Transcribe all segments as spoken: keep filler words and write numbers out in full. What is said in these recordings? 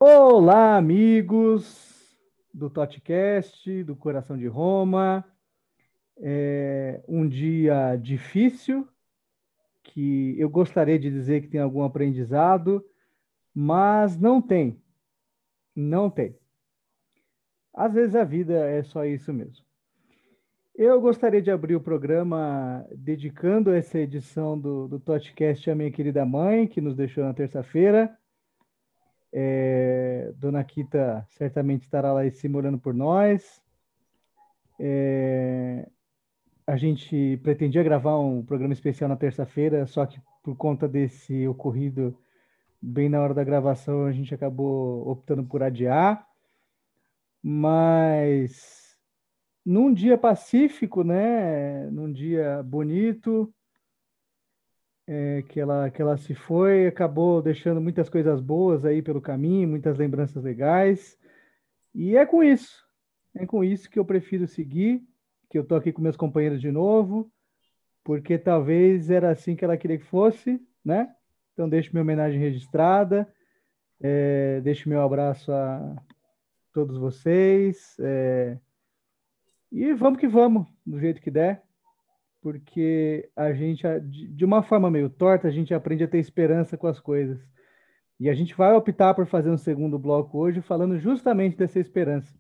Olá, amigos do TOTCast, do Coração de Roma. É um dia difícil, que eu gostaria de dizer que tem algum aprendizado, mas não tem, não tem. Às vezes a vida é só isso mesmo. Eu gostaria de abrir o programa dedicando essa edição do, do TOTCast à minha querida mãe, que nos deixou na terça-feira. É, Dona Kita certamente estará lá em cima olhando por nós. É, a gente pretendia gravar um programa especial na terça-feira, só que por conta desse ocorrido bem na hora da gravação, a gente acabou optando por adiar. Mas num dia pacífico, né? Num dia bonito, é, que ela, que ela se foi, acabou deixando muitas coisas boas aí pelo caminho, muitas lembranças legais. E é com isso, é com isso que eu prefiro seguir, que eu tô aqui com meus companheiros de novo, porque talvez era assim que ela queria que fosse, né? Então deixo minha homenagem registrada, é, deixo meu abraço a todos vocês, é, e vamos que vamos, do jeito que der, porque a gente, de de uma forma meio torta, a gente aprende a ter esperança com as coisas. E a gente vai optar por fazer um segundo bloco hoje falando justamente dessa esperança.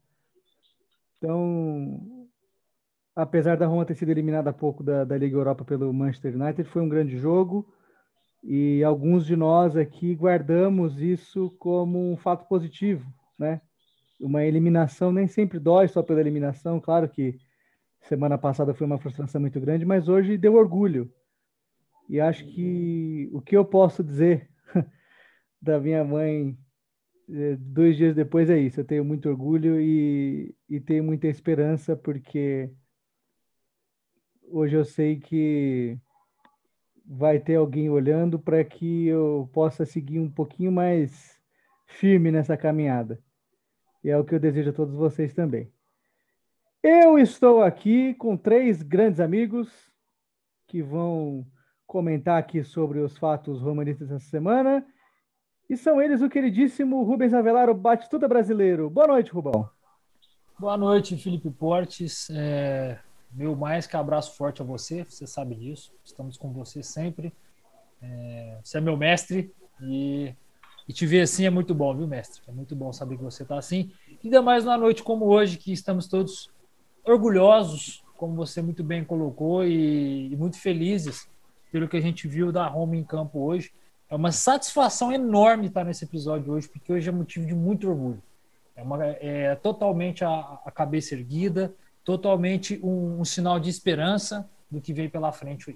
Então, apesar da Roma ter sido eliminada há pouco da, da Liga Europa pelo Manchester United, foi um grande jogo. E alguns de nós aqui guardamos isso como um fato positivo, né? Uma eliminação nem sempre dói só pela eliminação, claro que semana passada foi uma frustração muito grande, mas hoje deu orgulho. E acho que o que eu posso dizer da minha mãe eh, dois dias depois é isso. Eu tenho muito orgulho e, e tenho muita esperança, porque hoje eu sei que vai ter alguém olhando para que eu possa seguir um pouquinho mais firme nessa caminhada. E é o que eu desejo a todos vocês também. Eu estou aqui com três grandes amigos que vão comentar aqui sobre os fatos romanistas dessa semana. E são eles o queridíssimo Rubens Avelar, o Batistuta brasileiro. Boa noite, Rubão. Boa noite, Felipe Portes. É, meu mais que abraço forte a você, você sabe disso. Estamos com você sempre. É, você é meu mestre e, e te ver assim é muito bom, viu, mestre? É muito bom saber que você está assim. Ainda mais numa noite como hoje, que estamos todos orgulhosos, como você muito bem colocou, e, e muito felizes pelo que a gente viu da Roma em campo hoje. É uma satisfação enorme estar nesse episódio hoje, porque hoje é motivo de muito orgulho. É, uma, é totalmente a, a cabeça erguida, totalmente um, um sinal de esperança do que vem pela frente.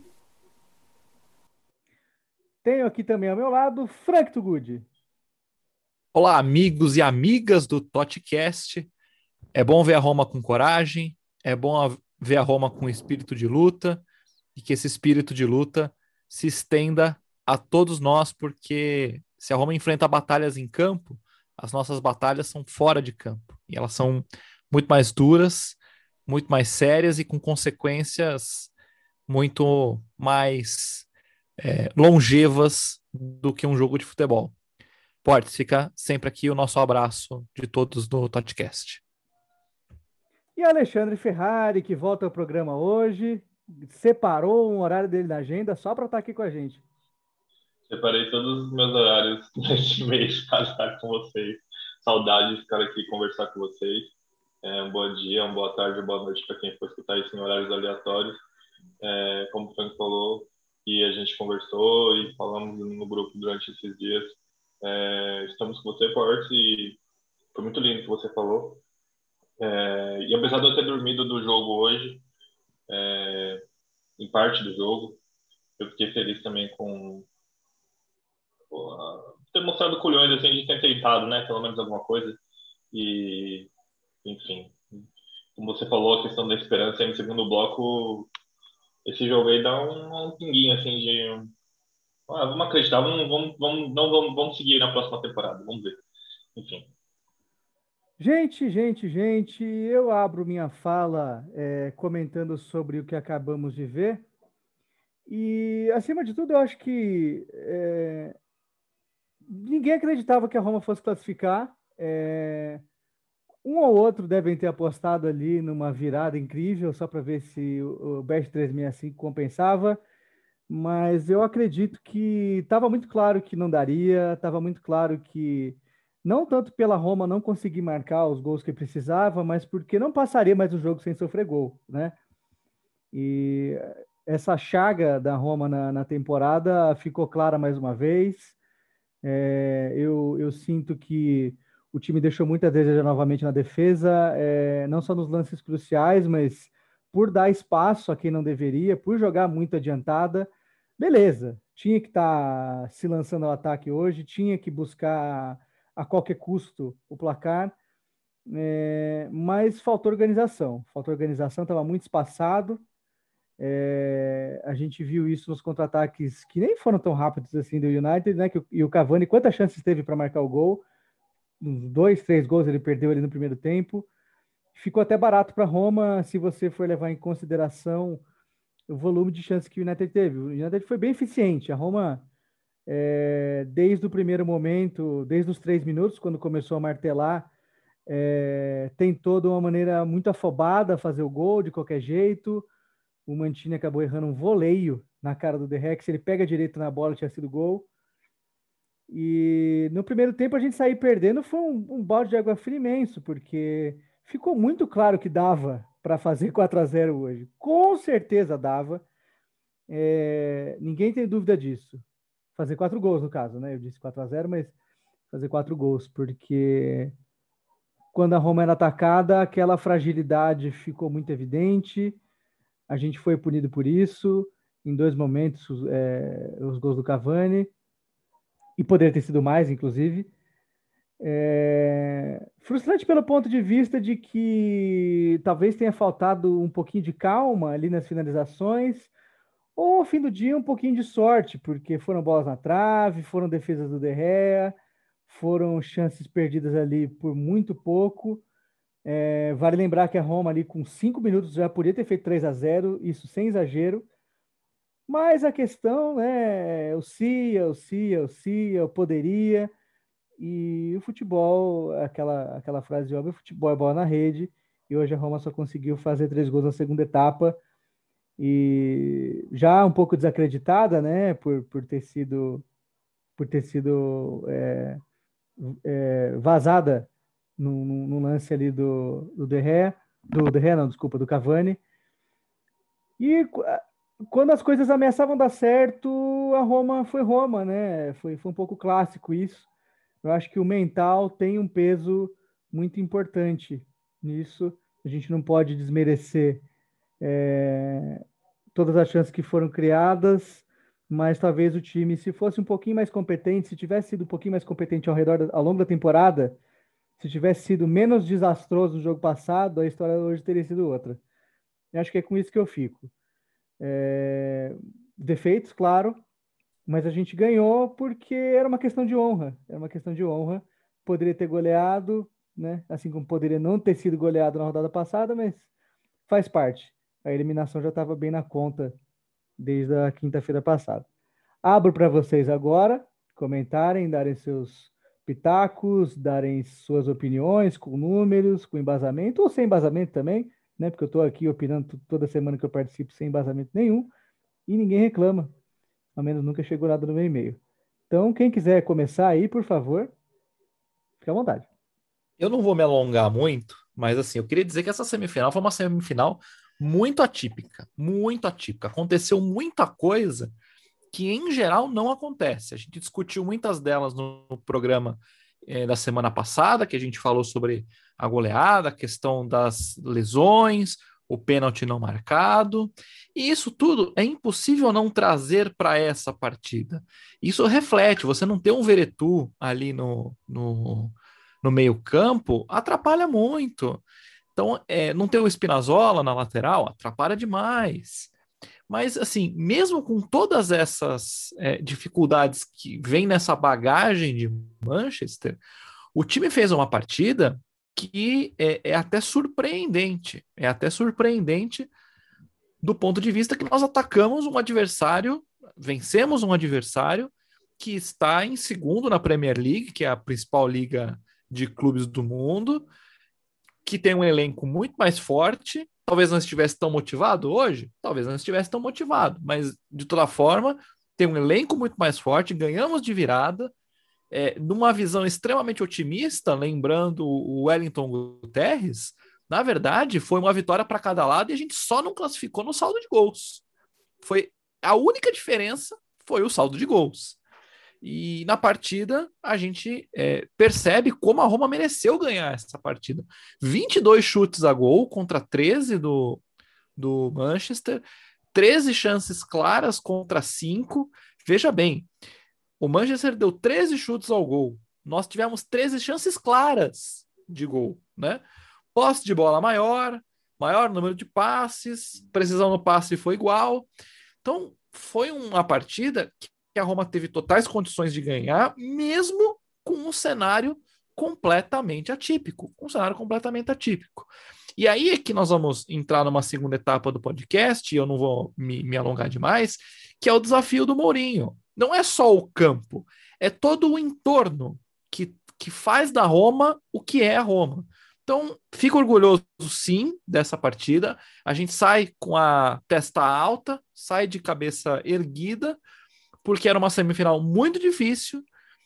Tenho aqui também ao meu lado Frank Tugudi. Olá, amigos e amigas do TOTCast. É bom ver a Roma com coragem, é bom ver a Roma com espírito de luta e que esse espírito de luta se estenda a todos nós, porque se a Roma enfrenta batalhas em campo, as nossas batalhas são fora de campo e elas são muito mais duras, muito mais sérias e com consequências muito mais é, longevas do que um jogo de futebol. Portes, fica sempre aqui o nosso abraço de todos do TOTCast. E Alexandre Ferrari, que volta ao programa hoje, separou um horário dele na agenda só para estar aqui com a gente. Separei todos os meus horários neste mês para estar com vocês. Saudade de ficar aqui e conversar com vocês. É, um bom dia, uma boa tarde, uma boa noite para quem for escutar isso em horários aleatórios. É, como o Frank falou, e a gente conversou e falamos no grupo durante esses dias. É, estamos com você, Portes, e foi muito lindo o que você falou. É, e apesar de eu ter dormido do jogo hoje, é, em parte do jogo, eu fiquei feliz também com pô, ter mostrado culhões assim, de ter tentado, né? Pelo menos alguma coisa. E, enfim, como você falou, a questão da esperança aí no segundo bloco, esse jogo aí dá um, um pinguinho assim de. Ah, vamos acreditar, vamos, vamos, vamos, não, vamos, vamos seguir na próxima temporada, vamos ver. Enfim. Gente, gente, gente, eu abro minha fala é, comentando sobre o que acabamos de ver. E, acima de tudo, eu acho que é, ninguém acreditava que a Roma fosse classificar. É, um ou outro devem ter apostado ali numa virada incrível, só para ver se o, o Bet trezentos e sessenta e cinco compensava. Mas eu acredito que estava muito claro que não daria, estava muito claro que não tanto pela Roma não conseguir marcar os gols que precisava, mas porque não passaria mais o jogo sem sofrer gol, né? E essa chaga da Roma na, na temporada ficou clara mais uma vez. É, eu, eu sinto que o time deixou muitas vezes novamente na defesa, é, não só nos lances cruciais, mas por dar espaço a quem não deveria, por jogar muito adiantada. Beleza, tinha que estar tá se lançando ao ataque hoje, tinha que buscar a qualquer custo o placar, é, mas faltou organização. Faltou organização, estava muito espaçado. É, a gente viu isso nos contra-ataques que nem foram tão rápidos assim do United, né? Que, e o Cavani, quantas chances teve para marcar o gol? Uns dois, três gols ele perdeu ali no primeiro tempo. Ficou até barato para Roma, se você for levar em consideração o volume de chances que o United teve. O United foi bem eficiente. A Roma, é, desde o primeiro momento, desde os três minutos, quando começou a martelar, é, tentou de uma maneira muito afobada fazer o gol de qualquer jeito. O Mancini acabou errando um voleio na cara do De Gea, que se ele pega direito na bola tinha sido gol. E no primeiro tempo a gente sair perdendo foi um, um balde de água fria imenso, porque ficou muito claro que dava para fazer quatro a zero hoje. Com certeza dava. É, ninguém tem dúvida disso. Fazer quatro gols, no caso, né? Eu disse quatro a zero, mas fazer quatro gols, porque quando a Roma era atacada, aquela fragilidade ficou muito evidente. A gente foi punido por isso, em dois momentos, é, os gols do Cavani, e poderia ter sido mais, inclusive. É, frustrante pelo ponto de vista de que talvez tenha faltado um pouquinho de calma ali nas finalizações, ou, ao fim do dia, um pouquinho de sorte, porque foram bolas na trave, foram defesas do De Gea, foram chances perdidas ali por muito pouco. É, vale lembrar que a Roma ali com cinco minutos já podia ter feito três a zero, isso sem exagero. Mas a questão, né, o se, o se, o se, eu poderia. E o futebol, aquela, aquela frase de óbvio, o futebol é bola na rede. E hoje a Roma só conseguiu fazer três gols na segunda etapa. E já um pouco desacreditada, né, por, por ter sido, por ter sido é, é, vazada no, no, no lance ali do, do De Gea, do De Gea, não, desculpa, do Cavani. E quando as coisas ameaçavam dar certo, a Roma foi Roma, né? Foi, foi um pouco clássico isso. Eu acho que o mental tem um peso muito importante nisso. A gente não pode desmerecer é, todas as chances que foram criadas, mas talvez o time, se fosse um pouquinho mais competente, se tivesse sido um pouquinho mais competente ao redor, ao longo da temporada, se tivesse sido menos desastroso no jogo passado, a história hoje teria sido outra. Eu acho que é com isso que eu fico. É... Defeitos, claro, mas a gente ganhou porque era uma questão de honra. Era uma questão de honra. Poderia ter goleado, né? Assim como poderia não ter sido goleado na rodada passada, mas faz parte. A eliminação já estava bem na conta desde a quinta-feira passada. Abro para vocês agora comentarem, darem seus pitacos, darem suas opiniões com números, com embasamento, ou sem embasamento também, né? Porque eu estou aqui opinando toda semana que eu participo sem embasamento nenhum, e ninguém reclama. Ao menos nunca chegou nada no meu e-mail. Então, quem quiser começar aí, por favor, fique à vontade. Eu não vou me alongar muito, mas assim, eu queria dizer que essa semifinal foi uma semifinal muito atípica, muito atípica. Aconteceu muita coisa que, em geral, não acontece. A gente discutiu muitas delas no, no programa eh, da semana passada, que a gente falou sobre a goleada, a questão das lesões, o pênalti não marcado, e isso tudo é impossível não trazer para essa partida. Isso reflete, você não ter um Veretout ali no, no, no meio campo, atrapalha muito. Então, é, não ter o Spinazzola na lateral, atrapalha demais. Mas, assim, mesmo com todas essas é, dificuldades que vem nessa bagagem de Manchester, o time fez uma partida que é, é até surpreendente. É até surpreendente do ponto de vista que nós atacamos um adversário, vencemos um adversário que está em segundo na Premier League, que é a principal liga de clubes do mundo, que tem um elenco muito mais forte. Talvez não estivesse tão motivado hoje, talvez não estivesse tão motivado, mas de toda forma tem um elenco muito mais forte, ganhamos de virada, é, numa visão extremamente otimista, lembrando o Wellington Guterres, na verdade foi uma vitória para cada lado e a gente só não classificou no saldo de gols. Foi a única diferença foi o saldo de gols. E na partida, a gente é, percebe como a Roma mereceu ganhar essa partida. vinte e dois chutes a gol contra treze do, do Manchester, treze chances claras contra cinco. Veja bem, o Manchester deu treze chutes ao gol. Nós tivemos treze chances claras de gol, né? Posse de bola maior, maior número de passes, precisão no passe foi igual. Então, foi uma partida que que a Roma teve totais condições de ganhar, mesmo com um cenário completamente atípico, um cenário completamente atípico. E aí é que nós vamos entrar numa segunda etapa do podcast, e eu não vou me, me alongar demais, que é o desafio do Mourinho. Não é só o campo, é todo o entorno que, que faz da Roma o que é a Roma. Então, fico orgulhoso, sim, dessa partida. A gente sai com a testa alta, sai de cabeça erguida, porque era uma semifinal muito difícil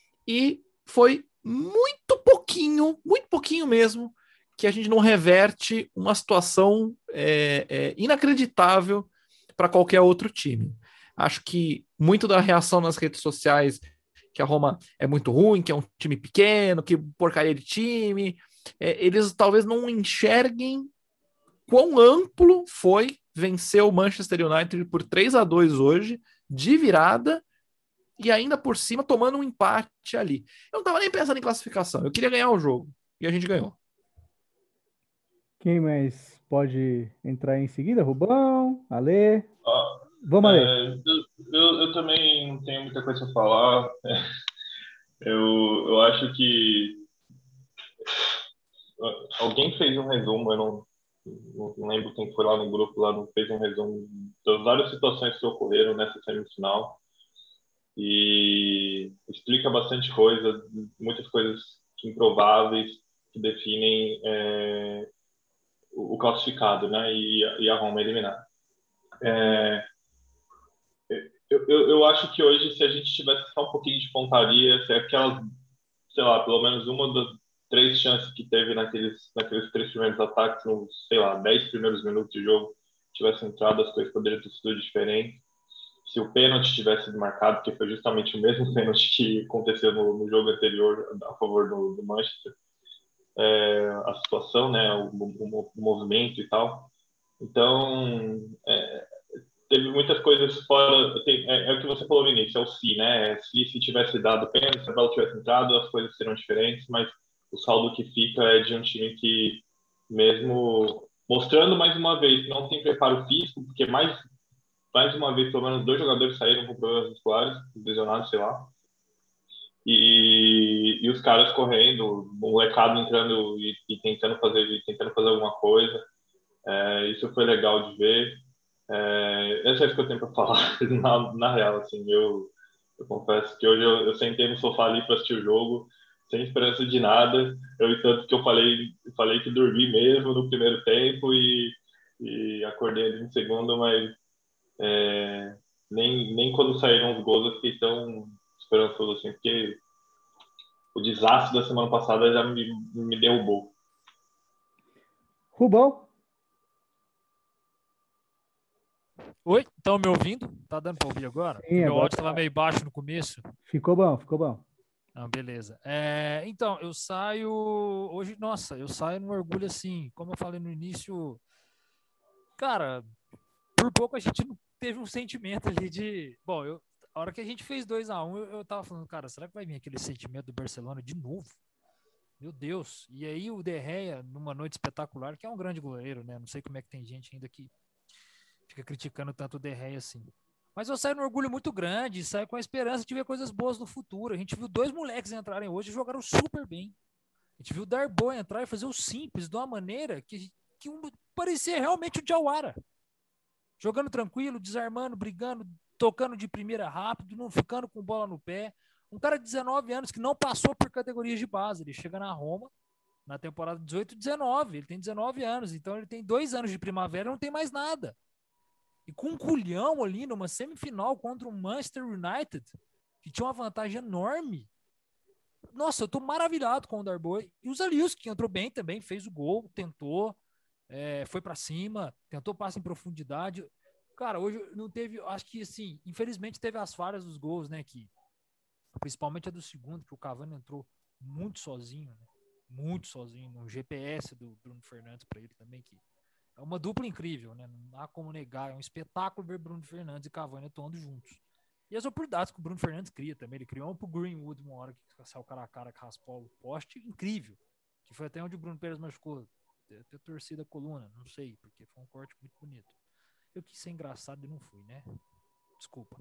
e foi muito pouquinho, muito pouquinho mesmo, que a gente não reverte uma situação é, é, inacreditável para qualquer outro time. Acho que muito da reação nas redes sociais, que a Roma é muito ruim, que é um time pequeno, que porcaria de time, é, eles talvez não enxerguem quão amplo foi vencer o Manchester United por três a dois hoje, de virada, e ainda por cima tomando um empate ali. Eu não estava nem pensando em classificação, eu queria ganhar o jogo, e a gente ganhou. Quem mais pode entrar em seguida? Rubão, Alê? Ah, Vamos, Alê. é, eu, eu, eu também não tenho muita coisa a falar. Eu, eu acho que alguém fez um resumo, eu não, não lembro quem foi lá no grupo, lá não fez um resumo das várias situações que ocorreram nessa semifinal. E explica bastante coisa, muitas coisas improváveis que definem é, o, o classificado, né? E, e a Roma eliminada. É, eu, eu, eu acho que hoje, se a gente tivesse só um pouquinho de pontaria, se aquelas, sei lá, pelo menos uma das três chances que teve naqueles, naqueles três primeiros ataques, nos, sei lá, dez primeiros minutos de jogo, tivesse entrado, as coisas poderiam ter sido diferentes. Se o pênalti tivesse sido marcado, que foi justamente o mesmo pênalti que aconteceu no, no jogo anterior a favor do, do Manchester, é, a situação, né, o, o, o movimento e tal. Então, é, teve muitas coisas fora. Tem, é, é o que você falou no início, é o se, né? Se, se tivesse dado pênalti, se a bola tivesse entrado, as coisas seriam diferentes, mas o saldo que fica é de um time que, mesmo mostrando mais uma vez que não tem preparo físico, porque mais. Mais uma vez, pelo menos dois jogadores saíram com problemas musculares, lesionados, sei lá. E, e os caras correndo, o molecado entrando e, e tentando fazer, e tentando fazer alguma coisa. É, isso foi legal de ver. É, essa é isso que eu tenho para falar, na, na real. Assim, eu, eu confesso que hoje eu, eu sentei no sofá ali para assistir o jogo, sem esperança de nada. Eu, tanto que eu falei, falei que dormi mesmo no primeiro tempo e, e acordei ali no segundo, mas É, nem, nem quando saíram os gols eu fiquei tão esperançoso assim, porque o desastre da semana passada já me, me derrubou. Rubão? Oi, estão me ouvindo? Tá dando para ouvir agora? Sim, Meu agora áudio estava tá. meio baixo no começo. Ficou bom, ficou bom. Ah, beleza. É, então, eu saio hoje, nossa, eu saio num orgulho assim, como eu falei no início, cara, por pouco a gente não teve um sentimento ali de, bom, eu, a hora que a gente fez dois a um, eu, eu tava falando, cara, será que vai vir aquele sentimento do Barcelona de novo? Meu Deus. E aí o De Gea, numa noite espetacular, que é um grande goleiro, né? Não sei como é que tem gente ainda que fica criticando tanto o De Gea assim. Mas eu saio num orgulho muito grande, saio com a esperança de ver coisas boas no futuro. A gente viu dois moleques entrarem hoje e jogaram super bem. A gente viu o Darboe entrar e fazer o simples de uma maneira que, que um, parecia realmente o Diawara. Jogando tranquilo, desarmando, brigando, tocando de primeira rápido, não ficando com bola no pé. Um cara de dezenove anos que não passou por categorias de base. Ele chega na Roma na temporada dezoito, dezenove. Ele tem dezenove anos, então ele tem dois anos de primavera e não tem mais nada. E com um culhão ali numa semifinal contra o Manchester United, que tinha uma vantagem enorme. Nossa, eu tô maravilhado com o Darboy. E o Zalewski, que entrou bem também, fez o gol, tentou, é, foi para cima, tentou passe em profundidade. Cara, hoje não teve, acho que assim, infelizmente teve as falhas dos gols, né, que principalmente a do segundo, que o Cavani entrou muito sozinho, né? Muito sozinho, no G P S do Bruno Fernandes para ele também, que é uma dupla incrível, né? Não há como negar, é um espetáculo ver Bruno Fernandes e Cavani atuando juntos. E as oportunidades que o Bruno Fernandes cria também, ele criou uma pro Greenwood uma hora que saiu cara a cara, que raspou o poste, incrível, que foi até onde o Bruno Pérez machucou, até torcida a coluna, não sei, porque foi um corte muito bonito. Eu quis ser engraçado e não fui, né? Desculpa.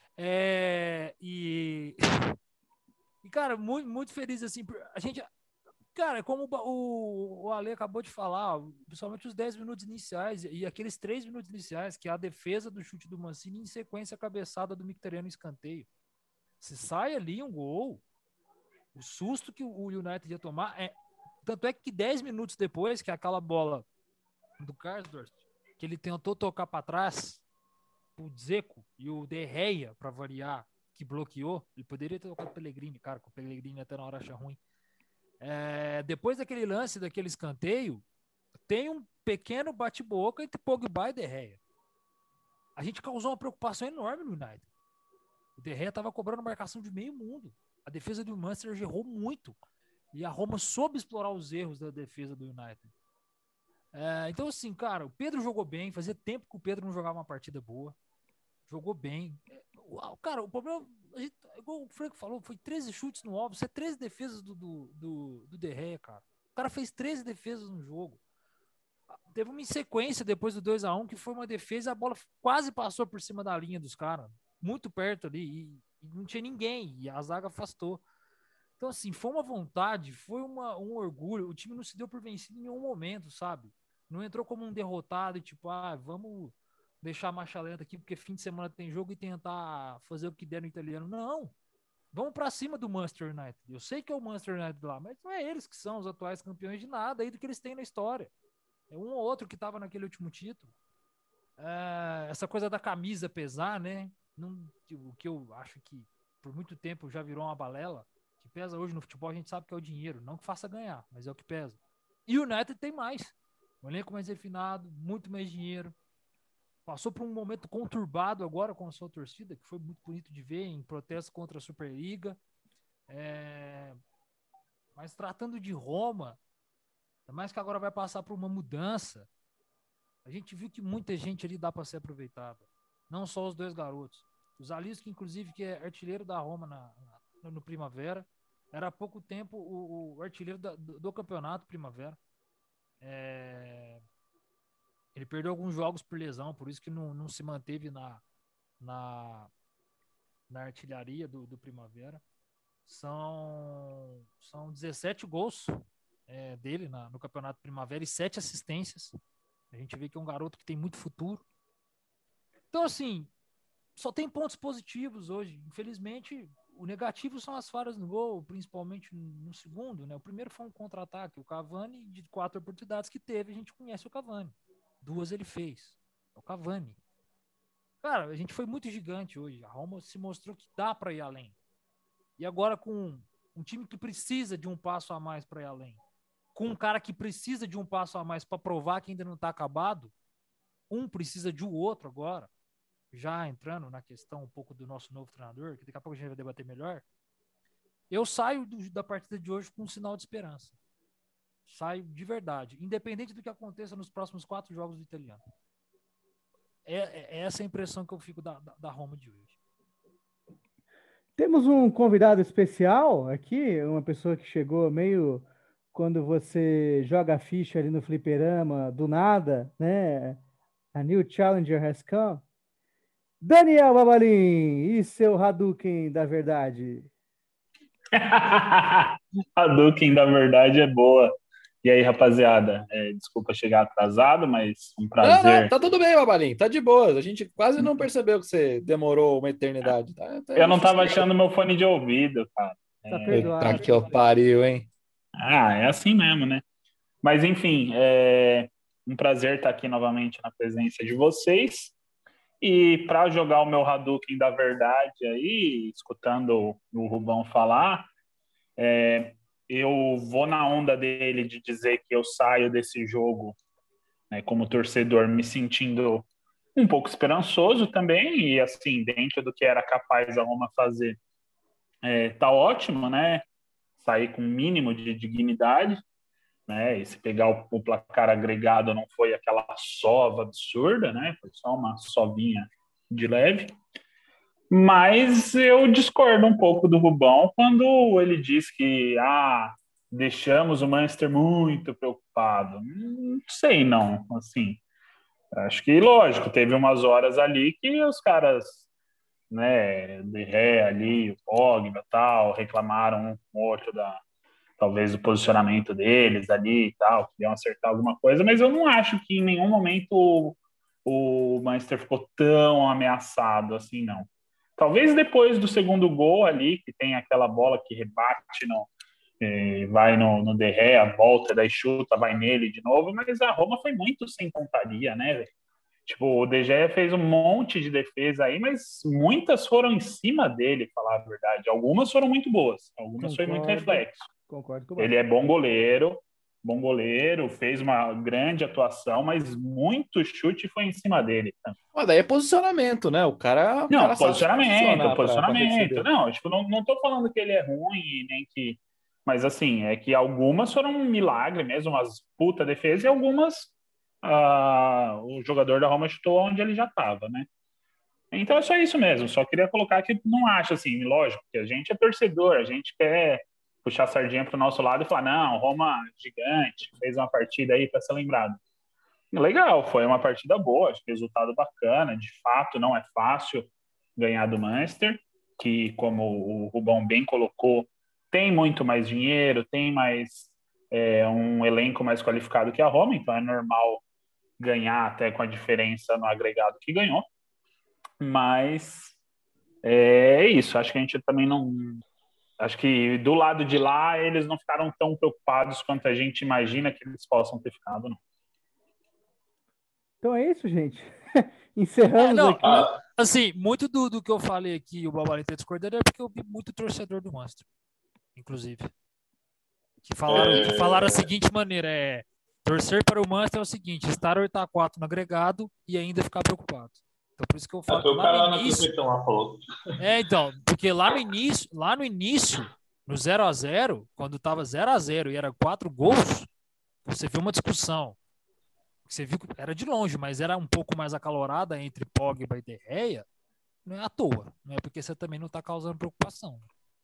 É, e, e, cara, muito, muito feliz, assim, a gente, cara, como o, o Ale acabou de falar, principalmente os dez minutos iniciais e aqueles três minutos iniciais, que é a defesa do chute do Mancini em sequência a cabeçada do Mkhitaryan no escanteio. Se sai ali um gol, o susto que o United ia tomar, é, tanto é que dez minutos depois, que é aquela bola do Karsdorp, que ele tentou tocar para trás, o Dzeko e o De Gea, para variar, que bloqueou, ele poderia ter tocado o Pellegrini, cara, que o Pellegrini até na hora acha ruim. É, depois daquele lance, daquele escanteio, tem um pequeno bate-boca entre Pogba e De Gea. A gente causou uma preocupação enorme no United. O De Gea estava cobrando marcação de meio mundo. A defesa do Manchester errou muito. E a Roma soube explorar os erros da defesa do United. É, então, assim, cara, o Pedro jogou bem. Fazia tempo que o Pedro não jogava uma partida boa. Jogou bem. Cara, o problema, a gente, igual o Franco falou, foi treze chutes no alvo. Isso é treze defesas do, do, do, do De Gea, cara. O cara fez treze defesas no jogo. Teve uma sequência depois do dois a um que foi uma defesa, a bola quase passou por cima da linha dos caras. Muito perto ali. E, e não tinha ninguém. E a zaga afastou. Então, assim, foi uma vontade, foi uma, um orgulho. O time não se deu por vencido em nenhum momento, sabe? Não entrou como um derrotado e tipo, ah, vamos deixar a marcha lenta aqui porque fim de semana tem jogo e tentar fazer o que der no italiano. Não. Vamos pra cima do Manchester United. Eu sei que é o Manchester United lá, mas não é eles que são os atuais campeões de nada aí do que eles têm na história. É um ou outro que tava naquele último título. É, essa coisa da camisa pesar, né? Não, o que eu acho que por muito tempo já virou uma balela. O que pesa hoje no futebol a gente sabe que é o dinheiro. Não que faça ganhar, mas é o que pesa. E o United tem mais. Um elenco mais refinado, muito mais dinheiro. Passou por um momento conturbado agora com a sua torcida, que foi muito bonito de ver, em protesto contra a Superliga. É... Mas tratando de Roma, ainda mais que agora vai passar por uma mudança, a gente viu que muita gente ali dá para ser aproveitada. Não só os dois garotos. O Zalewski, inclusive, que é artilheiro da Roma na, na, no Primavera, era há pouco tempo o, o artilheiro da, do, do campeonato Primavera. É... Ele perdeu alguns jogos por lesão, por isso que não, não se manteve na, na, na artilharia do, do Primavera. São, são dezessete gols é, dele na, no Campeonato Primavera e sete assistências. A gente vê que é um garoto que tem muito futuro. Então, assim, só tem pontos positivos hoje. Infelizmente, o negativo são as falhas no gol, principalmente no segundo, né? O primeiro foi um contra-ataque. O Cavani, de quatro oportunidades que teve, a gente conhece o Cavani. Duas ele fez. É o Cavani. Cara, a gente foi muito gigante hoje. A Roma se mostrou que dá para ir além. E agora com um time que precisa de um passo a mais para ir além, com um cara que precisa de um passo a mais para provar que ainda não está acabado, um precisa de um outro agora, já entrando na questão um pouco do nosso novo treinador, que daqui a pouco a gente vai debater melhor, eu saio do, da partida de hoje com um sinal de esperança. Saio de verdade, independente do que aconteça nos próximos quatro jogos do italiano. É, é essa a impressão que eu fico da, da, da Roma de hoje. Temos um convidado especial aqui, uma pessoa que chegou meio quando você joga a ficha ali no fliperama, do nada, né? A new challenger has come. Daniel Babalim e seu Hadouken da verdade. Hadouken da verdade é boa. E aí, rapaziada, é, desculpa chegar atrasado, mas um Não, prazer. não, tá tudo bem, Babalinho, tá de boa. A gente quase não percebeu que você demorou uma eternidade. Tá, tá Eu não tava sossegado. achando meu fone de ouvido, cara. Tá Eita, perdoado. que eu pariu, hein? Ah, é assim mesmo, né? Mas enfim, é um prazer estar aqui novamente na presença de vocês. E para jogar o meu Hadouken da verdade aí, escutando o Rubão falar, é, eu vou na onda dele de dizer que eu saio desse jogo, né, como torcedor, me sentindo um pouco esperançoso também, e assim, dentro do que era capaz a Roma fazer, é, tá ótimo, né? Sair com um mínimo de dignidade, né? E se pegar o, o placar agregado, não foi aquela sova absurda, né? Foi só uma sovinha de leve. Mas eu discordo um pouco do Rubão quando ele diz que ah, deixamos o Manchester muito preocupado. Não sei, não. Assim, acho que, lógico, teve umas horas ali que os caras, né, de ré ali, o Pogba e tal, reclamaram um com o outro da, talvez, do posicionamento deles ali e tal, queriam acertar alguma coisa, mas eu não acho que em nenhum momento o, o Manchester ficou tão ameaçado assim, não. Talvez depois do segundo gol ali, que tem aquela bola que rebate, no, eh, vai no, no De Gea, volta, daí chuta, vai nele de novo, mas a Roma foi muito sem pontaria, né, velho? Tipo, o De Gea fez um monte de defesa aí, mas muitas foram em cima dele, falar a verdade. Algumas foram muito boas, algumas foi muito Concordo, reflexo. concordo com Ele você. é bom goleiro, bom goleiro, fez uma grande atuação, mas muito chute foi em cima dele. Mas daí é posicionamento, né? O cara, o Não, cara sabe se posicionamento, posicionar pra, pra posicionamento. receber. Não, tipo, não, não tô falando que ele é ruim, nem que. Mas assim, é que algumas foram um milagre mesmo, umas puta defesa, e algumas ah, o jogador da Roma chutou onde ele já estava, né? Então é só isso mesmo. Só queria colocar que não acho assim, lógico, que a gente é torcedor, a gente quer puxar a sardinha para o nosso lado e falar: não, Roma gigante, fez uma partida aí para ser lembrado. Legal, foi uma partida boa, acho que resultado bacana. De fato, não é fácil ganhar do Manchester, que, como o Rubão bem colocou, tem muito mais dinheiro, tem mais é, um elenco mais qualificado que a Roma, então é normal ganhar até com a diferença no agregado que ganhou. Mas é isso, acho que a gente também não. Acho que do lado de lá eles não ficaram tão preocupados quanto a gente imagina que eles possam ter ficado, não. Então é isso, gente. É, Encerramos não, aqui. Ah, assim, muito do, do que eu falei aqui, o Babalinho tá discordando, é porque eu vi muito torcedor do Manchester, inclusive. Que falaram, que falaram a é, seguinte maneira: é torcer para o Manchester é o seguinte, estar oito a quatro no agregado e ainda ficar preocupado. Então, por isso que eu ah, falo foi que o lá cara lá no na início. transmissão lá falou. É, então, porque lá no início, lá no início, no zero a zero, quando tava zero a zero e era quatro gols, você viu uma discussão. Você viu que era de longe, mas era um pouco mais acalorada entre Pogba e De Gea. Não é à toa, não é porque você também não está causando preocupação.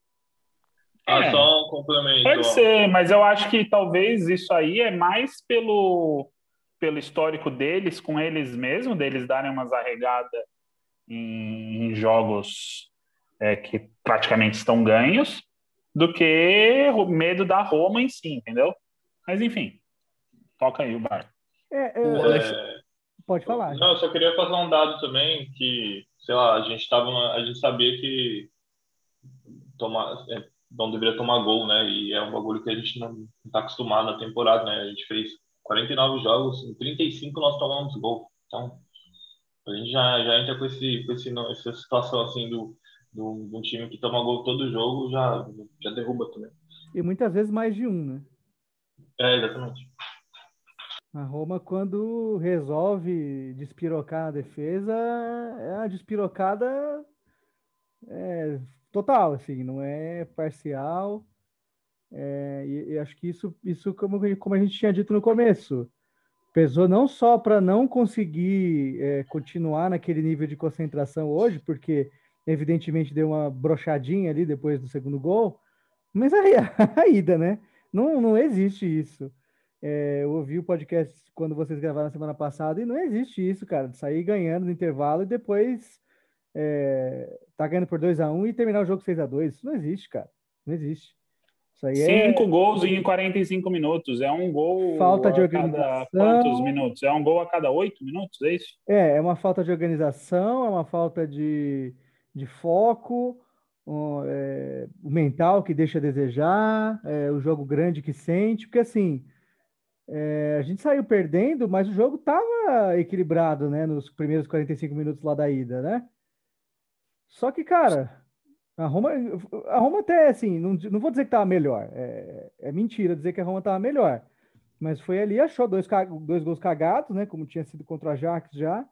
Ah, É, só um complemento, pode ó. ser, mas eu acho que talvez isso aí é mais pelo, pelo histórico deles com eles mesmos, deles darem umas arregadas em, em jogos é, que praticamente estão ganhos, do que o medo da Roma em si, entendeu? Mas enfim, toca aí o barco. É, O é, Alex... É, pode falar, não, gente. eu só queria passar um dado também que, sei lá, a gente tava, a gente sabia que tomar, é, não deveria tomar gol, né? E é um bagulho que a gente não está acostumado na temporada, né? A gente fez quarenta e nove jogos, em trinta e cinco nós tomamos gol. Então, a gente já, já entra com, esse, com esse, essa situação assim do, do, de um time que toma gol todo jogo, já, já derruba também. E muitas vezes mais de um, né? É, exatamente. A Roma, quando resolve despirocar a defesa, é uma despirocada é, total, assim, não é parcial. É, e, e acho que isso, isso como, como a gente tinha dito no começo, pesou não só para não conseguir é, continuar naquele nível de concentração hoje, porque evidentemente deu uma brochadinha ali depois do segundo gol, mas aí a ida, né? Não, não existe isso. É, eu ouvi o podcast quando vocês gravaram na semana passada e não existe isso, cara, de sair ganhando no intervalo e depois é, tá ganhando por dois a um e terminar o jogo seis a dois. Isso não existe, cara. Não existe. Isso aí Cinco é gols em quarenta e cinco minutos. É um gol falta de a cada organização. quantos minutos? É um gol a cada oito minutos, é isso? É, é uma falta de organização, é uma falta de, de foco, um, é, o mental que deixa a desejar, é, o jogo grande que sente, porque assim, é, a gente saiu perdendo, mas o jogo estava equilibrado, né, nos primeiros quarenta e cinco minutos lá da ida, né? Só que, cara, a Roma, a Roma até, assim, não, não vou dizer que estava melhor, é, é mentira dizer que a Roma estava melhor, mas foi ali, achou dois, ca- dois gols cagados, né, como tinha sido contra o Ajax já,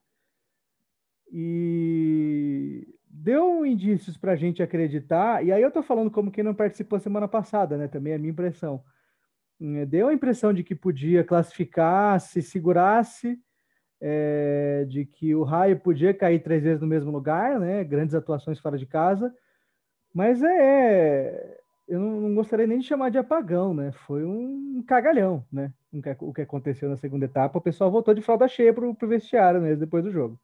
e deu indícios para a gente acreditar. E aí eu tô falando como quem não participou semana passada, né? Também é a minha impressão. Eh, Deu a impressão de que podia classificar, se segurasse, eh, de que o Raio podia cair três vezes no mesmo lugar, né? Grandes atuações fora de casa. Mas é, eu não, não gostaria nem de chamar de apagão, né? Foi um cagalhão, né? O que, o que aconteceu na segunda etapa. O pessoal voltou de fralda cheia pro, pro vestiário mesmo depois do jogo.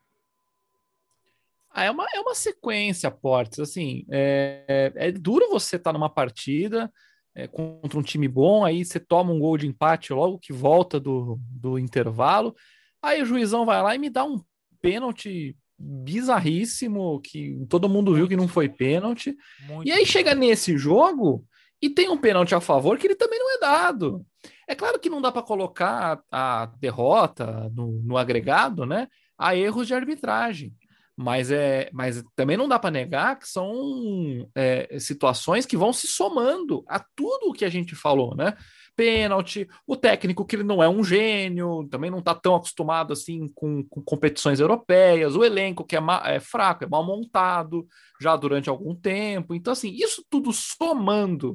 Ah, é uma, é uma sequência, Portes. Assim, é, é, é duro você estar numa partida é, contra um time bom, aí você toma um gol de empate logo que volta do, do intervalo. Aí o juizão vai lá e me dá um pênalti bizarríssimo, que todo mundo viu que não foi pênalti. Muito E aí bizarro. chega nesse jogo e tem um pênalti a favor que ele também não é dado. É claro que não dá para colocar a derrota no, no agregado, né, a erros de arbitragem. Mas, é, mas também não dá para negar que são é, situações que vão se somando a tudo o que a gente falou, né? Pênalti, o técnico que ele não é um gênio, também não está tão acostumado assim com, com competições europeias, o elenco que é, ma- é fraco, é mal montado já durante algum tempo. Então, assim, isso tudo somando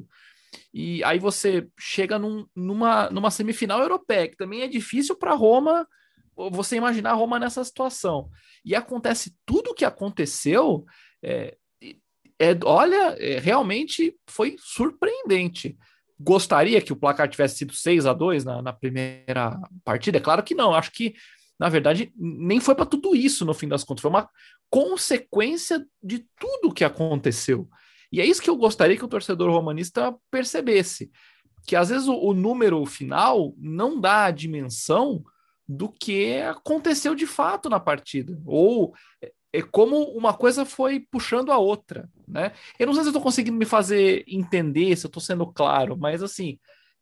e aí você chega num- numa, numa semifinal europeia, que também é difícil para Roma, você imaginar Roma nessa situação. E acontece tudo o que aconteceu, é, é, olha, é, realmente foi surpreendente. Gostaria que o placar tivesse sido seis a dois na, na primeira partida? É claro que não. Acho que, na verdade, nem foi para tudo isso no fim das contas. Foi uma consequência de tudo o que aconteceu. E é isso que eu gostaria que o torcedor romanista percebesse, que às vezes o, o número final não dá a dimensão do que aconteceu de fato na partida, ou é, é como uma coisa foi puxando a outra, né? Eu não sei se eu estou conseguindo me fazer entender, se eu estou sendo claro, mas assim,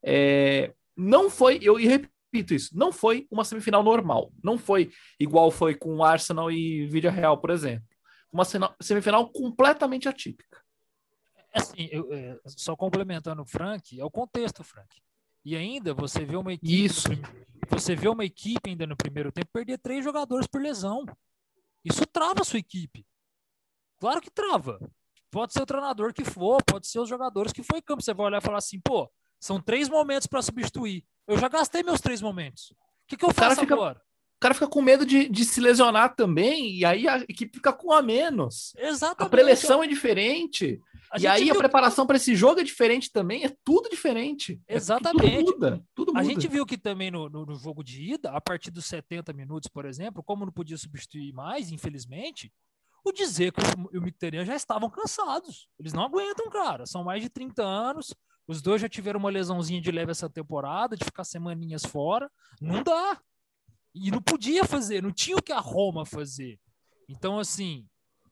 é, não foi, eu repito isso, não foi uma semifinal normal, não foi igual foi com Arsenal e Villarreal, por exemplo, uma semifinal completamente atípica. Assim, eu, é, só complementando o Frank, é o contexto, Frank. E ainda você vê uma equipe, Isso. no prim- você vê uma equipe ainda no primeiro tempo perder três jogadores por lesão. Isso trava a sua equipe. Claro que trava. Pode ser o treinador que for, pode ser os jogadores que foi em campo. Você vai olhar e falar assim, pô, são três momentos para substituir. Eu já gastei meus três momentos. O que, que eu O cara faço fica, agora? o cara fica com medo de, de se lesionar também, e aí a equipe fica com a menos. A Exatamente. preleção é diferente. A E gente aí a viu- preparação para esse jogo é diferente também, é tudo diferente. É tu- Exatamente. tudo muda, tudo muda. A gente viu que também no, no, no jogo de ida, a partir dos setenta minutos, por exemplo, como não podia substituir mais, infelizmente, o Dzeko e o Mkhitaryan já estavam cansados. Eles não aguentam, cara. São mais de trinta anos. Os dois já tiveram uma lesãozinha de leve essa temporada, de ficar semaninhas fora. Não dá. E não podia fazer, não tinha o que a Roma fazer. Então, assim,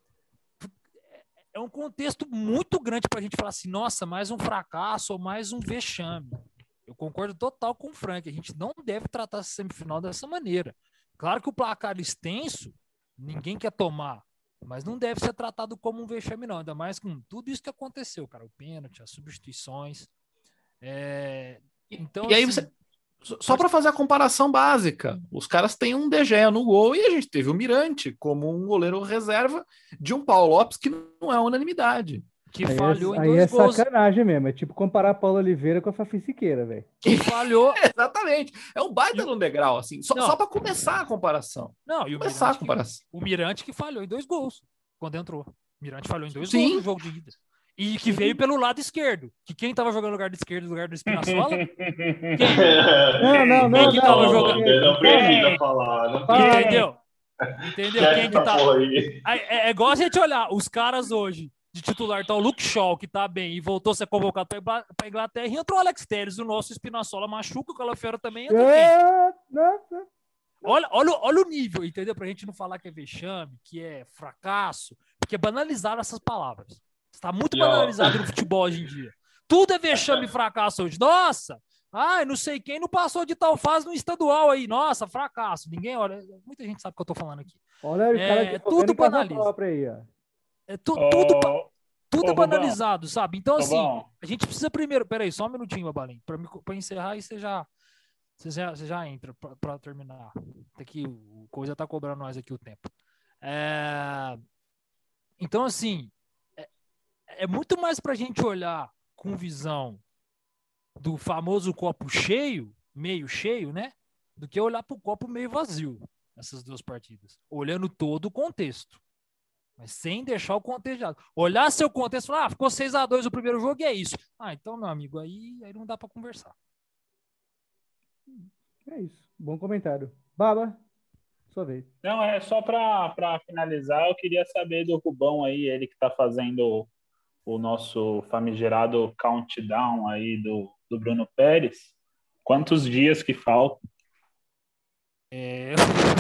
é um contexto muito grande para a gente falar assim, nossa, mais um fracasso ou mais um vexame. Eu concordo total com o Frank. A gente não deve tratar essa semifinal dessa maneira. Claro que o placar extenso, ninguém quer tomar, mas não deve ser tratado como um vexame, não. Ainda mais com tudo isso que aconteceu, cara. O pênalti, as substituições. É... Então, E aí assim, você. Só para fazer a comparação básica, os caras têm um De Gea no gol e a gente teve o Mirante como um goleiro reserva de um Paulo Lopes que não é unanimidade. que Aí falhou é, em aí dois é gols. sacanagem mesmo. É tipo comparar Paulo Oliveira com a Fafi Siqueira, velho. Que falhou. Exatamente. É um baita E- no degrau, assim, só, Não. só para começar a comparação. Não, e o Começar a Mirante, que, comparação. o Mirante que falhou em dois gols quando entrou. O Mirante falhou em dois Sim. gols no jogo de ida. E que veio pelo lado esquerdo. Que quem tava jogando no lugar de esquerdo, no lugar do Espinazzola? Quem? Não, não, não, Quem que tava não. jogando? Não, não precisa Quem? falar. Não Fala. precisa. Entendeu? Entendeu? Esquece Quem que essa tá... porra aí. Aí, É, é igual a gente olhar os caras hoje de titular tá o Luke Shaw, que tá bem, e voltou a ser convocado para a Inglaterra, e entrou o Alex Telles, o nosso Spinazzola machuca, o Calafera também entra É, quem? nossa. Olha, olha, olha o nível, entendeu? Pra gente não falar que é vexame, que é fracasso, porque é banalizar essas palavras. Está muito E, ó, banalizado no futebol hoje em dia. Tudo é vexame e fracasso hoje. Nossa! Ai, não sei quem não passou de tal fase no estadual aí. Nossa, fracasso. Ninguém olha. Muita gente sabe o que eu tô falando aqui. Olha o cara É de tudo casa banaliza. própria aí, ó. É tu, Ô, tudo, ba- tudo ô, é banalizado, sabe? Então, assim, Rubão, a gente precisa primeiro. Peraí, só um minutinho, Babalim, pra, me- pra encerrar e você já. Você já, você já entra para terminar. Aqui, o coisa tá cobrando nós aqui o tempo. É... Então, assim, é, é muito mais para a gente olhar com visão do famoso copo cheio, meio cheio, né? Do que olhar para o copo meio vazio, essas duas partidas. Olhando todo o contexto. Mas sem deixar o contexto de lado. Olhar seu contexto e falar, ah, ficou seis a dois o primeiro jogo e é isso. Ah, então, meu amigo, aí, aí não dá para conversar. É isso. Bom comentário. Baba, sua vez. não, é só para finalizar, eu queria saber do Rubão aí, ele que está fazendo o nosso famigerado countdown aí do, do Bruno Pérez. Quantos dias que faltam? É...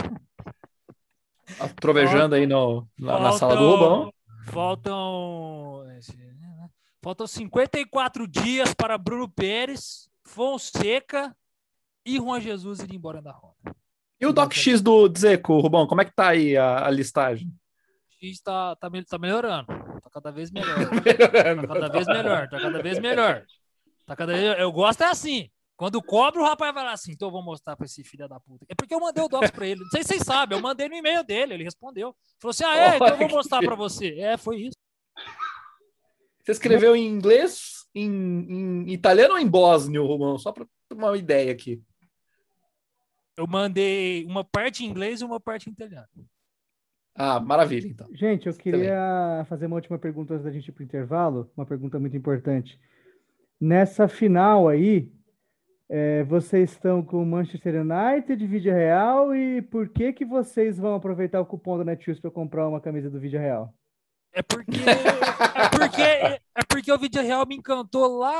Trovejando aí no, na, na sala do Rubão. Faltam. Faltam cinquenta e quatro dias para Bruno Pérez, Fonseca e Juan Jesus irem embora da Honda. E o Doc X do Dzeko, Rubão, como é que tá aí a, a listagem? O X tá, tá, tá melhorando. Tá cada vez melhor. Melhorando. Tá cada vez melhor. Tá cada vez melhor. Tá cada vez... Eu gosto é assim. Quando cobra, o rapaz vai lá assim, então eu vou mostrar pra esse filho da puta. É porque eu mandei o docs pra ele. Não sei se vocês sabem, eu mandei no e-mail dele, ele respondeu. Falou assim, ah, é, então eu vou mostrar pra você. É, foi isso. Você escreveu em inglês, em, em italiano ou em bósnio, Rubão? Só pra ter uma ideia aqui. Eu mandei uma parte em inglês e uma parte em italiano. Ah, maravilha, então. Gente, eu queria fazer uma última pergunta antes da gente ir pro intervalo. Uma pergunta muito importante. Nessa final aí, é, vocês estão com o Manchester United, Vídeo Real, e por que que vocês vão aproveitar o cupom da Netshoes para comprar uma camisa do Vídeo Real? É porque, é porque, é porque o Vídeo Real me encantou lá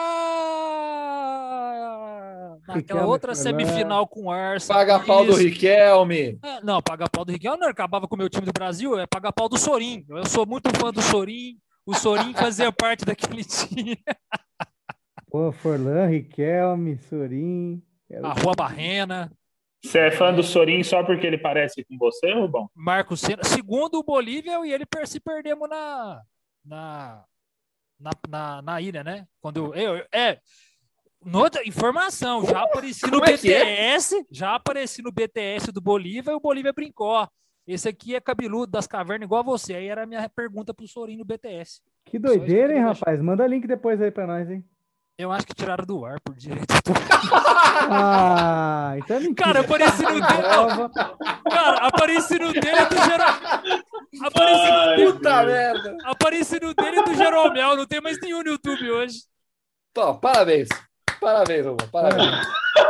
naquela Riquelme outra Forlan. semifinal com o Arsenal. Paga pau do Isso. Riquelme. É, não, paga pau do Riquelme não acabava com o meu time do Brasil, é pagar pau do Sorin. Eu sou muito fã do Sorin. O Sorin fazia parte daquele time. Pô, Forlan, Riquelme, Sorin. A Rua Barrena. Você é fã do Sorin só porque ele parece com você, Rubão? Marcos Senna. Segundo o Bolívia, eu e ele per- se perdemos na, na, na, na, na ilha, né? Quando eu, eu- é, nota, informação, já apareci no Como é que é? B T S, já apareci no B T S do Bolívia e o Bolívia brincou. Esse aqui é cabeludo das cavernas igual a você. Aí era a minha pergunta pro Sorin no B T S. Que Só isso que eu doideira, hein, queria rapaz? Manda link depois aí pra nós, hein? Eu acho que tiraram do ar por direito. Ah, então é mentira. Cara, apareci no dele. Prova. Cara, apareci no dele do Jeromel. Apareci no Ai, dele. Puta merda. Apareci no dele do Jeromel. Não tem mais nenhum no YouTube hoje. Pô, parabéns. Parabéns, Rubão. Parabéns.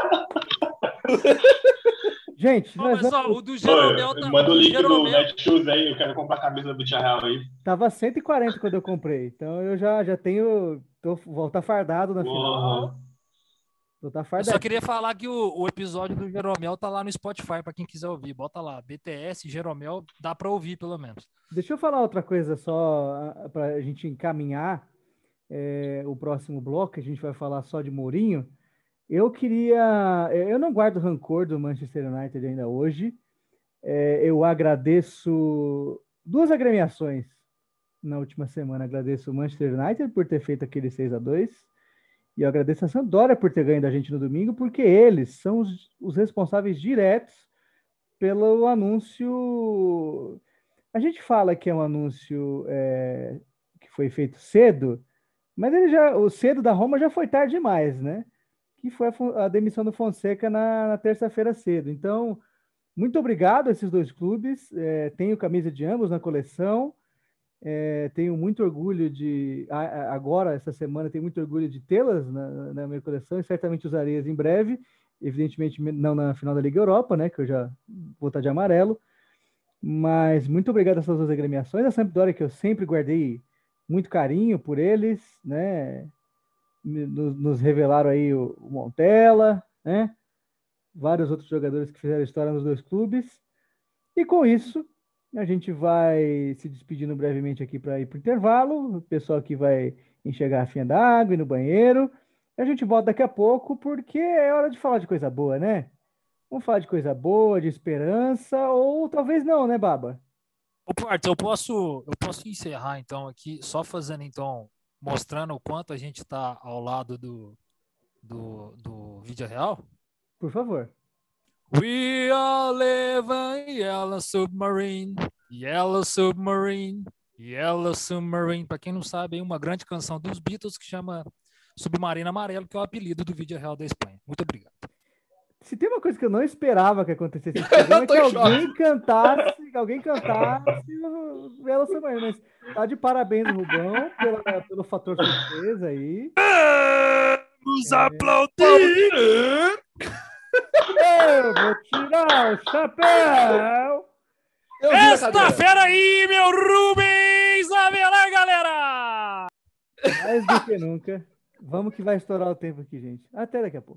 Gente, Ó, nós mas ó, vamos... o do Jeromel tá. Manda o do link do Jeromel, Netshoes aí, eu quero comprar a camisa do Tia Real aí. Tava cento e quarenta quando eu comprei. Então eu já, já tenho... Tô, vou estar fardado na final. Porra. Vou estar eu fardado. só queria falar que o, o episódio do Jeromel tá lá no Spotify, pra quem quiser ouvir. Bota lá, B T S, Jeromel, dá pra ouvir pelo menos. Deixa eu falar outra coisa só para a gente encaminhar é, o próximo bloco, que a gente vai falar só de Mourinho. Eu queria... Eu não guardo rancor do Manchester United ainda hoje. É, eu agradeço duas agremiações na última semana. Agradeço o Manchester United por ter feito aquele seis a dois e eu agradeço a Sampdoria por ter ganho da gente no domingo, porque eles são os, os responsáveis diretos pelo anúncio... A gente fala que é um anúncio é, que foi feito cedo, mas ele já, o cedo da Roma já foi tarde demais, né? Que foi a, a demissão do Fonseca na, na terça-feira cedo. Então, muito obrigado a esses dois clubes. É, tenho camisa de ambos na coleção. É, tenho muito orgulho de... A, agora, essa semana, tenho muito orgulho de tê-las na, na minha coleção e certamente usarei-as em breve. Evidentemente, não na final da Liga Europa, né? Que eu já vou estar de amarelo. Mas muito obrigado a essas duas agremiações. A Sampdoria, que eu sempre guardei muito carinho por eles, né? Nos, nos revelaram aí o, o Montella, né? Vários outros jogadores que fizeram história nos dois clubes. E com isso, a gente vai se despedindo brevemente aqui para ir para o intervalo. O pessoal aqui vai encher a garrafinha d'água e no banheiro. A gente volta daqui a pouco, porque é hora de falar de coisa boa, né? Vamos falar de coisa boa, de esperança, ou talvez não, né, Baba? Ô, Porto, eu posso, eu posso encerrar então aqui, só fazendo então, mostrando o quanto a gente está ao lado do, do, do vídeo real? Por favor. We are living Yellow Submarine, Yellow Submarine, Yellow Submarine. Para quem não sabe, é uma grande canção dos Beatles que chama Submarino Amarelo, que é o apelido do vídeo real da Espanha. Muito obrigado. Se tem uma coisa que eu não esperava que acontecesse nesse programa, é que alguém cantasse, que alguém cantasse o Yellow Submarine, mas tá de parabéns, Rubão, pela, pelo fator surpresa aí. Vamos é... aplaudir! Eu vou tirar o chapéu! Esta fera aí, meu Rubens Avelar, galera! Mais do que nunca. Vamos que vai estourar o tempo aqui, gente. Até daqui a pouco.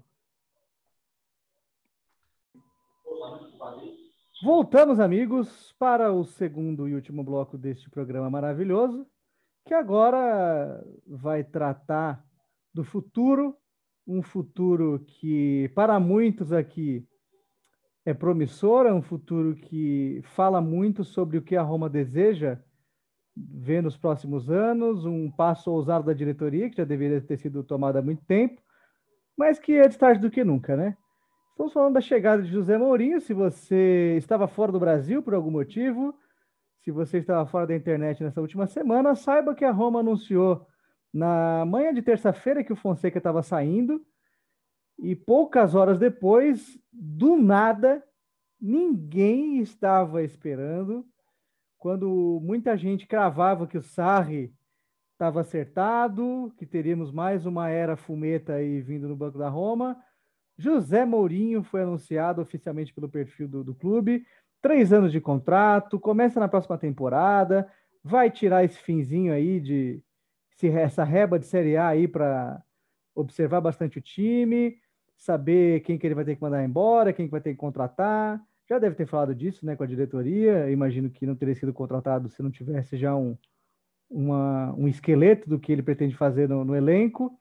Voltamos, amigos, para o segundo e último bloco deste programa maravilhoso, que agora vai tratar do futuro, um futuro que, para muitos aqui, é promissor, é um futuro que fala muito sobre o que a Roma deseja ver nos próximos anos, um passo ousado da diretoria, que já deveria ter sido tomado há muito tempo, mas que é de tarde do que nunca, né? Estamos falando da chegada de José Mourinho. Se você estava fora do Brasil por algum motivo, se você estava fora da internet nessa última semana, saiba que a Roma anunciou na manhã de terça-feira que o Fonseca estava saindo e poucas horas depois, do nada, ninguém estava esperando, quando muita gente cravava que o Sarri estava acertado, que teríamos mais uma era fumeta aí vindo no banco da Roma. José Mourinho foi anunciado oficialmente pelo perfil do, do clube, três anos de contrato, começa na próxima temporada, vai tirar esse finzinho aí de essa reba de Série A aí para observar bastante o time, saber quem que ele vai ter que mandar embora, quem que vai ter que contratar. Já deve ter falado disso, né, com a diretoria. Imagino que não teria sido contratado se não tivesse já um, uma, um esqueleto do que ele pretende fazer no, no elenco.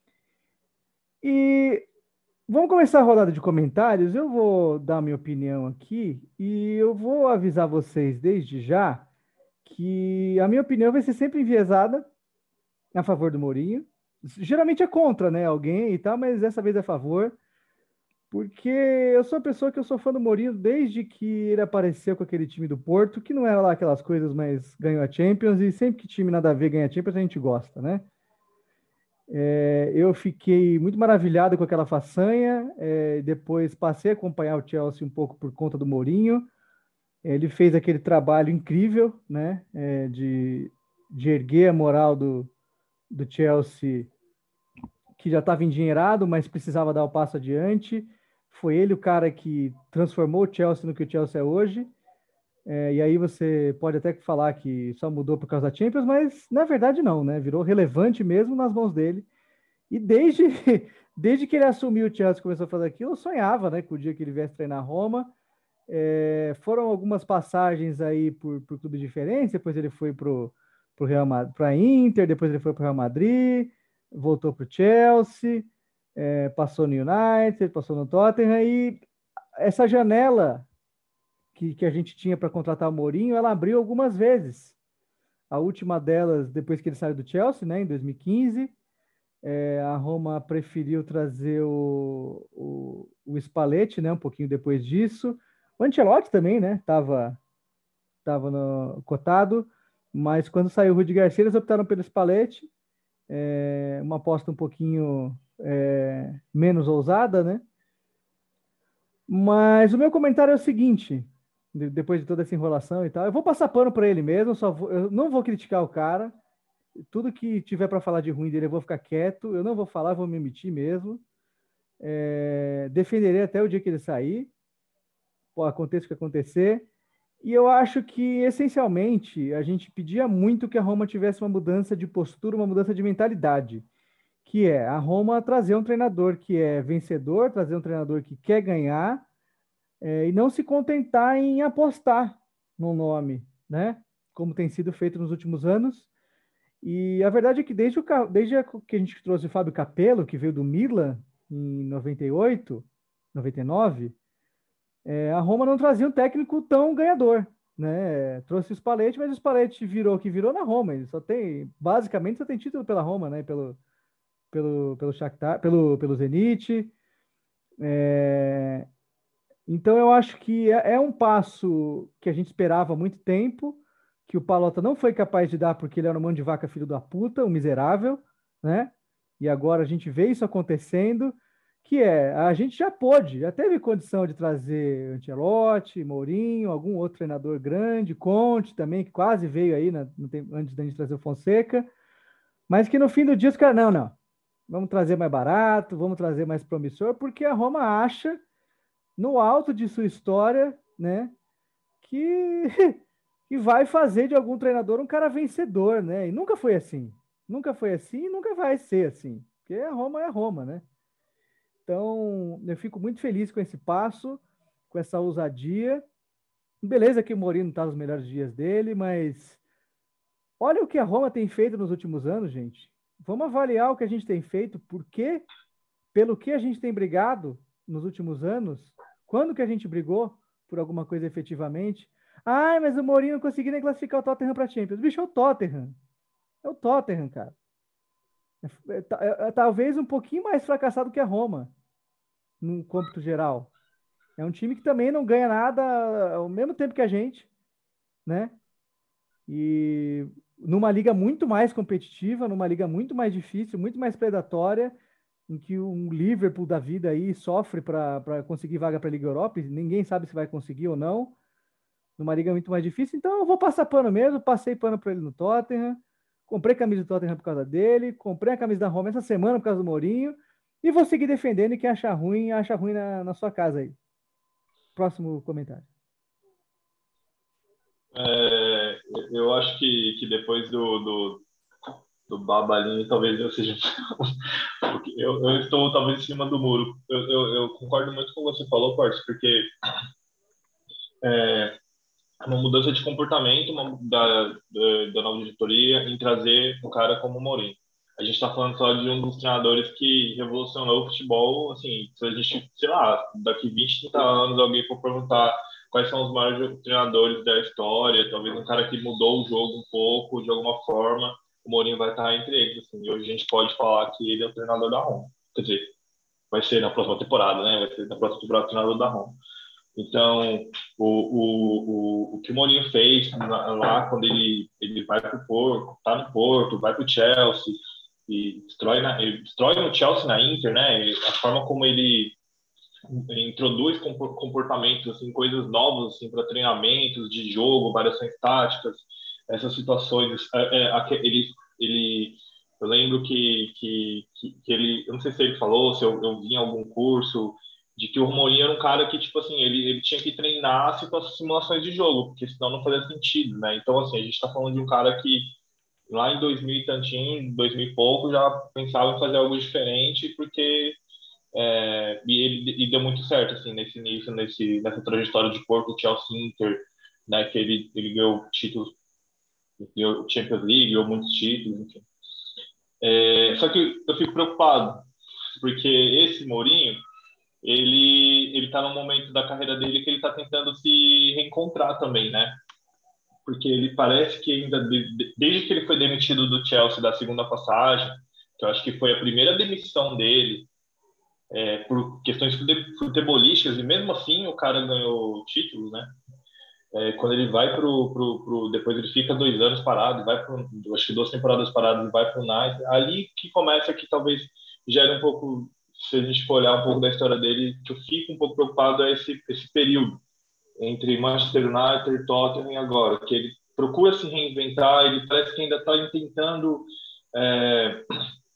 E vamos começar a rodada de comentários. Eu vou dar a minha opinião aqui e eu vou avisar vocês desde já que a minha opinião vai ser sempre enviesada a favor do Mourinho. Geralmente é contra, né, alguém e tal, mas dessa vez é a favor, porque eu sou uma pessoa que eu sou fã do Mourinho desde que ele apareceu com aquele time do Porto, que não era lá aquelas coisas, mas ganhou a Champions, e sempre que time nada a ver ganha a Champions, a gente gosta, né? É, eu fiquei muito maravilhado com aquela façanha, é, depois passei a acompanhar o Chelsea um pouco por conta do Mourinho. Ele fez aquele trabalho incrível, né, é, de, de erguer a moral do, do Chelsea, que já estava endinheirado, mas precisava dar o passo adiante. Foi ele o cara que transformou o Chelsea no que o Chelsea é hoje. É, e aí você pode até falar que só mudou por causa da Champions, mas na verdade não, né? Virou relevante mesmo nas mãos dele. E desde, desde que ele assumiu o Chelsea e começou a fazer aquilo, eu sonhava, né, com o dia que ele viesse treinar Roma. É, foram algumas passagens aí por, por clubes diferentes. Depois ele foi para o Real Madrid, para a Inter, depois ele foi para o Real Madrid, voltou para o Chelsea, é, passou no United, passou no Tottenham, e essa janela que, que a gente tinha para contratar o Mourinho, ela abriu algumas vezes. A última delas, depois que ele saiu do Chelsea, né, em dois mil e quinze, é, a Roma preferiu trazer o, o, o Spalletti, né, um pouquinho depois disso. O Ancelotti também, né, estava tava no, cotado, mas quando saiu o Rudi Garcia, eles optaram pelo Spalletti, é, uma aposta um pouquinho é, menos ousada, né? Mas o meu comentário é o seguinte, de, depois de toda essa enrolação e tal, eu vou passar pano para ele mesmo, só vou, eu não vou criticar o cara, tudo que tiver para falar de ruim dele eu vou ficar quieto, eu não vou falar, vou me omitir mesmo, é, defenderei até o dia que ele sair, pô, aconteça o que acontecer, E eu acho que, essencialmente, a gente pedia muito que a Roma tivesse uma mudança de postura, uma mudança de mentalidade, que é a Roma trazer um treinador que é vencedor, trazer um treinador que quer ganhar, é, e não se contentar em apostar no nome, né? Como tem sido feito nos últimos anos. E a verdade é que desde, o, desde a, que a gente trouxe o Fábio Capello, que veio do Milan em noventa e oito, noventa e nove, é, a Roma não trazia um técnico tão ganhador, né? Trouxe o Spalletti, mas o Spalletti virou o que virou na Roma. Ele só tem, basicamente, só tem título pela Roma, né? Pelo, pelo, pelo Shakhtar, pelo, pelo Zenit. É, então eu acho que é, é um passo que a gente esperava há muito tempo, que o Pallotta não foi capaz de dar porque ele era um mão de vaca filho da puta, um miserável, né? E agora a gente vê isso acontecendo, que é, a gente já pôde, já teve condição de trazer Ancelotti, Mourinho, algum outro treinador grande, Conte também, que quase veio aí na, no tempo, antes da gente trazer o Fonseca, mas que no fim do dia os caras, não, não, vamos trazer mais barato, vamos trazer mais promissor, porque a Roma acha, no alto de sua história, né, que, que vai fazer de algum treinador um cara vencedor, né? E nunca foi assim. Nunca foi assim e nunca vai ser assim. Porque a Roma é a Roma, né? Então, eu fico muito feliz com esse passo, com essa ousadia. Beleza que o Mourinho não está nos melhores dias dele, mas olha o que a Roma tem feito nos últimos anos, gente. Vamos avaliar o que a gente tem feito, por quê, pelo que a gente tem brigado nos últimos anos, quando que a gente brigou por alguma coisa efetivamente. Ai, mas o Mourinho não conseguiu nem classificar o Tottenham para Champions. Bicho, é o Tottenham. É o Tottenham, cara. É, é, é, é, talvez um pouquinho mais fracassado que a Roma, no cômputo geral. É um time que também não ganha nada ao mesmo tempo que a gente, né? E numa liga muito mais competitiva, numa liga muito mais difícil, muito mais predatória, em que um Liverpool da vida aí sofre para conseguir vaga para a Liga Europa, e ninguém sabe se vai conseguir ou não, numa liga muito mais difícil. Então eu vou passar pano mesmo, passei pano para ele no Tottenham, comprei camisa do Tottenham por causa dele, comprei a camisa da Roma essa semana por causa do Mourinho, e vou seguir defendendo, e quem achar ruim, acha ruim na, na sua casa aí. Próximo comentário. É, eu acho que, que depois do, do, do Babalinho, talvez eu seja. eu, eu estou talvez em cima do muro. Eu, eu, eu concordo muito com o que você falou, Cortes, porque é uma mudança de comportamento uma, da, da, da nova diretoria em trazer um cara como o Mourinho. A gente está falando só de um dos treinadores que revolucionou o futebol. Assim, se a gente, sei lá, daqui vinte, trinta anos, alguém for perguntar quais são os maiores treinadores da história, talvez um cara que mudou o jogo um pouco, de alguma forma, o Mourinho vai estar entre eles. Assim. Hoje a gente pode falar que ele é o treinador da Roma. Quer dizer, vai ser na próxima temporada, né? Vai ser na próxima temporada o treinador da Roma. Então, o, o, o, o que o Mourinho fez lá quando ele, ele vai para o Porto, tá no Porto, vai para o Chelsea, e destrói, na, ele destrói no Chelsea, na Inter, né? A forma como ele introduz comportamentos, assim, coisas novas assim, para treinamentos de jogo, variações táticas, essas situações. É, é, ele, ele, eu lembro que, que, que, que ele, eu não sei se ele falou, se eu, eu vi em algum curso, de que o Mourinho era um cara que, tipo assim, ele, ele tinha que treinar simulações de jogo, porque senão não fazia sentido, né? Então, assim, a gente está falando de um cara que lá em dois mil e tantinho, dois mil e pouco, já pensava em fazer algo diferente, porque é, e ele e deu muito certo, assim, nesse início, nesse, nessa trajetória de Porto, Chelsea, Inter, né? Que ele, ele ganhou títulos, ganhou Champions League, ganhou muitos títulos, enfim. É, só que eu fico preocupado, porque esse Mourinho, ele ele está num momento da carreira dele que ele está tentando se reencontrar também, né? Porque ele parece que ainda desde que ele foi demitido do Chelsea da segunda passagem, que eu acho que foi a primeira demissão dele é, por questões futebolísticas, e mesmo assim o cara ganhou títulos, né? É, quando ele vai pro, pro, pro depois ele fica dois anos parado, vai pro, acho que duas temporadas paradas e vai pro United, ali que começa que talvez gere um pouco, se a gente for olhar um pouco da história dele, que eu fico um pouco preocupado é esse, esse período entre Manchester United e Tottenham agora, que ele procura se reinventar, ele parece que ainda está tentando é,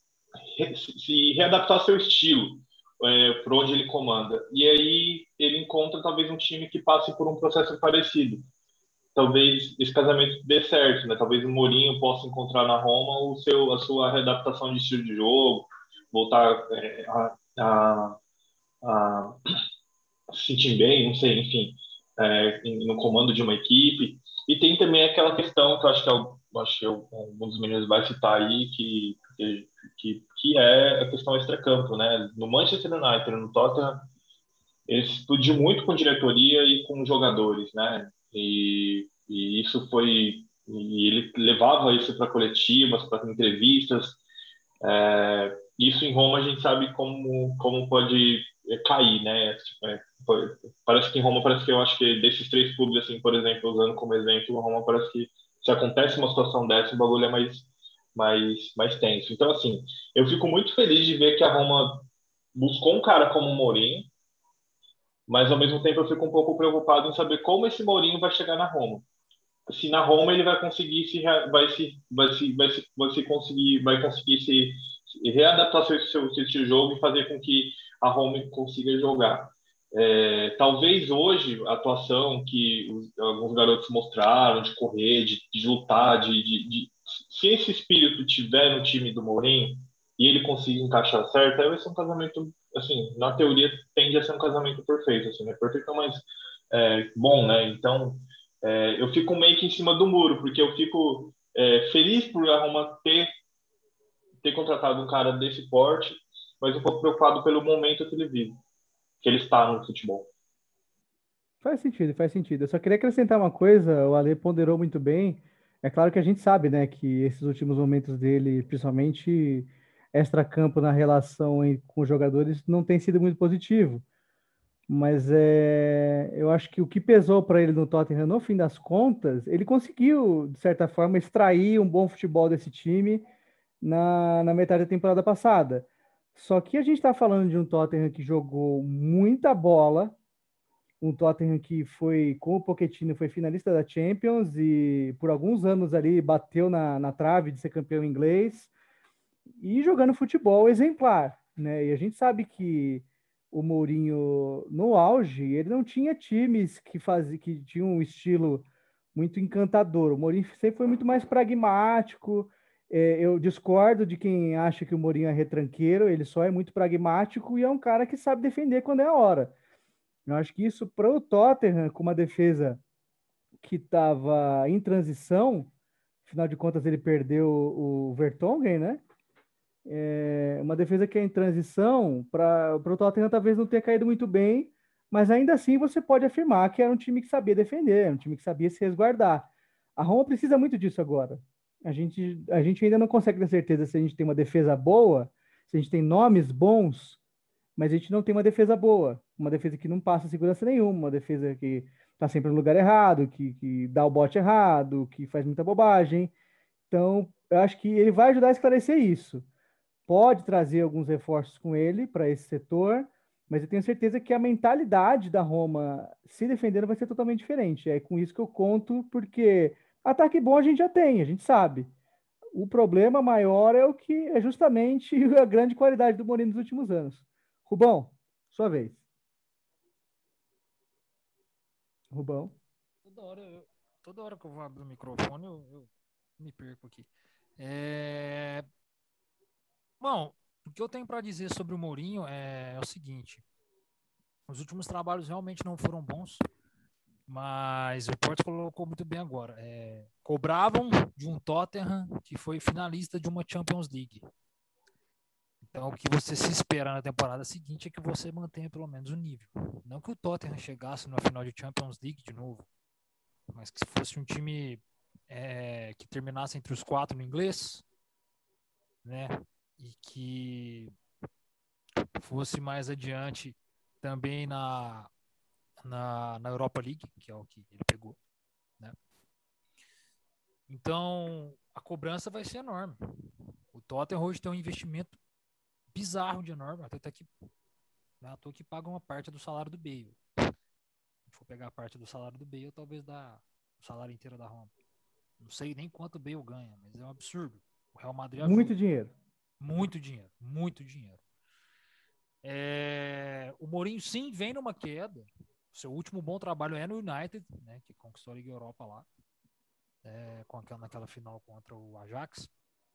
se readaptar ao seu estilo, é, por onde ele comanda. E aí ele encontra talvez um time que passe por um processo parecido. talvez esse casamento dê certo, né? Talvez o Mourinho possa encontrar na Roma o seu, a sua readaptação de estilo de jogo, voltar é, a, a, a se sentir bem, não sei, enfim, é, no comando de uma equipe. E tem também aquela questão que eu acho que, é o, acho que é o, um dos meninos vai citar aí, que, que, que é a questão extracampo, né? No Manchester United, no Tottenham, ele se explodiu muito com diretoria e com jogadores, né? E, e isso foi... E ele levava isso para coletivas, para entrevistas. É, isso em Roma a gente sabe como, como pode cair, né? É, parece que em Roma, parece que eu acho que desses três clubes, assim, por exemplo, usando como exemplo, Roma parece que se acontece uma situação dessa, o bagulho é mais, mais, mais tenso. Então, assim, eu fico muito feliz de ver que a Roma buscou um cara como o Mourinho, mas ao mesmo tempo eu fico um pouco preocupado em saber como esse Mourinho vai chegar na Roma. Se na Roma ele vai conseguir se vai se vai se vai se, vai se conseguir vai conseguir se, se readaptar seu, seu, seu jogo e fazer com que a Roma consiga jogar. É, talvez hoje a atuação que os, alguns garotos mostraram de correr, de, de lutar, de, de, de se esse espírito tiver no time do Mourinho e ele conseguir encaixar certo, aí vai ser um casamento, assim, na teoria tende a ser um casamento perfeito, assim, né? Perfeito, mas é, bom, né? Então é, eu fico meio que em cima do muro, porque eu fico é, feliz por a Roma ter, ter contratado um cara desse porte, mas um pouco preocupado pelo momento que ele vive, que ele está no futebol. Faz sentido, faz sentido. Eu só queria acrescentar uma coisa, o Ale ponderou muito bem. É claro que a gente sabe, né, que esses últimos momentos dele, principalmente extracampo na relação em- com os jogadores, não tem sido muito positivo. Mas é, eu acho que o que pesou para ele no Tottenham, no fim das contas, ele conseguiu, de certa forma, extrair um bom futebol desse time na, na metade da temporada passada. Só que a gente está falando de um Tottenham que jogou muita bola, um Tottenham que foi, com o Pochettino, foi finalista da Champions e por alguns anos ali bateu na, na trave de ser campeão inglês e jogando futebol exemplar, né? E a gente sabe que o Mourinho, no auge, ele não tinha times que faziam, que tinham um estilo muito encantador. O Mourinho sempre foi muito mais pragmático. É, eu discordo de quem acha que o Mourinho é retranqueiro, ele só é muito pragmático e é um cara que sabe defender quando é a hora. Eu acho que isso para o Tottenham, com uma defesa que estava em transição, afinal de contas ele perdeu o Vertonghen, né? É uma defesa que é em transição, para o Tottenham talvez não tenha caído muito bem, mas ainda assim você pode afirmar que era um time que sabia defender, um time que sabia se resguardar. A Roma precisa muito disso agora. A gente, a gente ainda não consegue ter certeza se a gente tem uma defesa boa, se a gente tem nomes bons, mas a gente não tem uma defesa boa, uma defesa que não passa segurança nenhuma, uma defesa que está sempre no lugar errado, que, que dá o bote errado, que faz muita bobagem. Então, eu acho que ele vai ajudar a esclarecer isso. Pode trazer alguns reforços com ele para esse setor, mas eu tenho certeza que a mentalidade da Roma se defendendo vai ser totalmente diferente. É com isso que eu conto, porque ataque bom a gente já tem, a gente sabe. O problema maior é o que é justamente a grande qualidade do Mourinho nos últimos anos. Rubão, sua vez. Rubão. Toda hora, eu, toda hora que eu vou abrir o microfone, eu, eu me perco aqui. É... Bom, o que eu tenho para dizer sobre o Mourinho é, é o seguinte: os últimos trabalhos realmente não foram bons, mas o Porto colocou muito bem agora. É, cobravam de um Tottenham que foi finalista de uma Champions League. Então, o que você se espera na temporada seguinte é que você mantenha pelo menos o nível. Não que o Tottenham chegasse na final de Champions League de novo, mas que se fosse um time é, que terminasse entre os quatro no inglês, né? E que fosse mais adiante também na, na, na Europa League, que é o que ele pegou, né? Então, a cobrança vai ser enorme. O Tottenham hoje tem um investimento bizarro de enorme, até que né, à toa que paga uma parte do salário do Bale. Se for pegar a parte do salário do Bale, talvez dá o salário inteiro da Roma. Não sei nem quanto o Bale ganha, mas é um absurdo. O Real Madrid ajuda. Muito dinheiro. Muito dinheiro, muito dinheiro. É... O Mourinho sim vem numa queda, seu último bom trabalho é no United, né, que conquistou a Liga Europa lá, é, com aquela, naquela final contra o Ajax.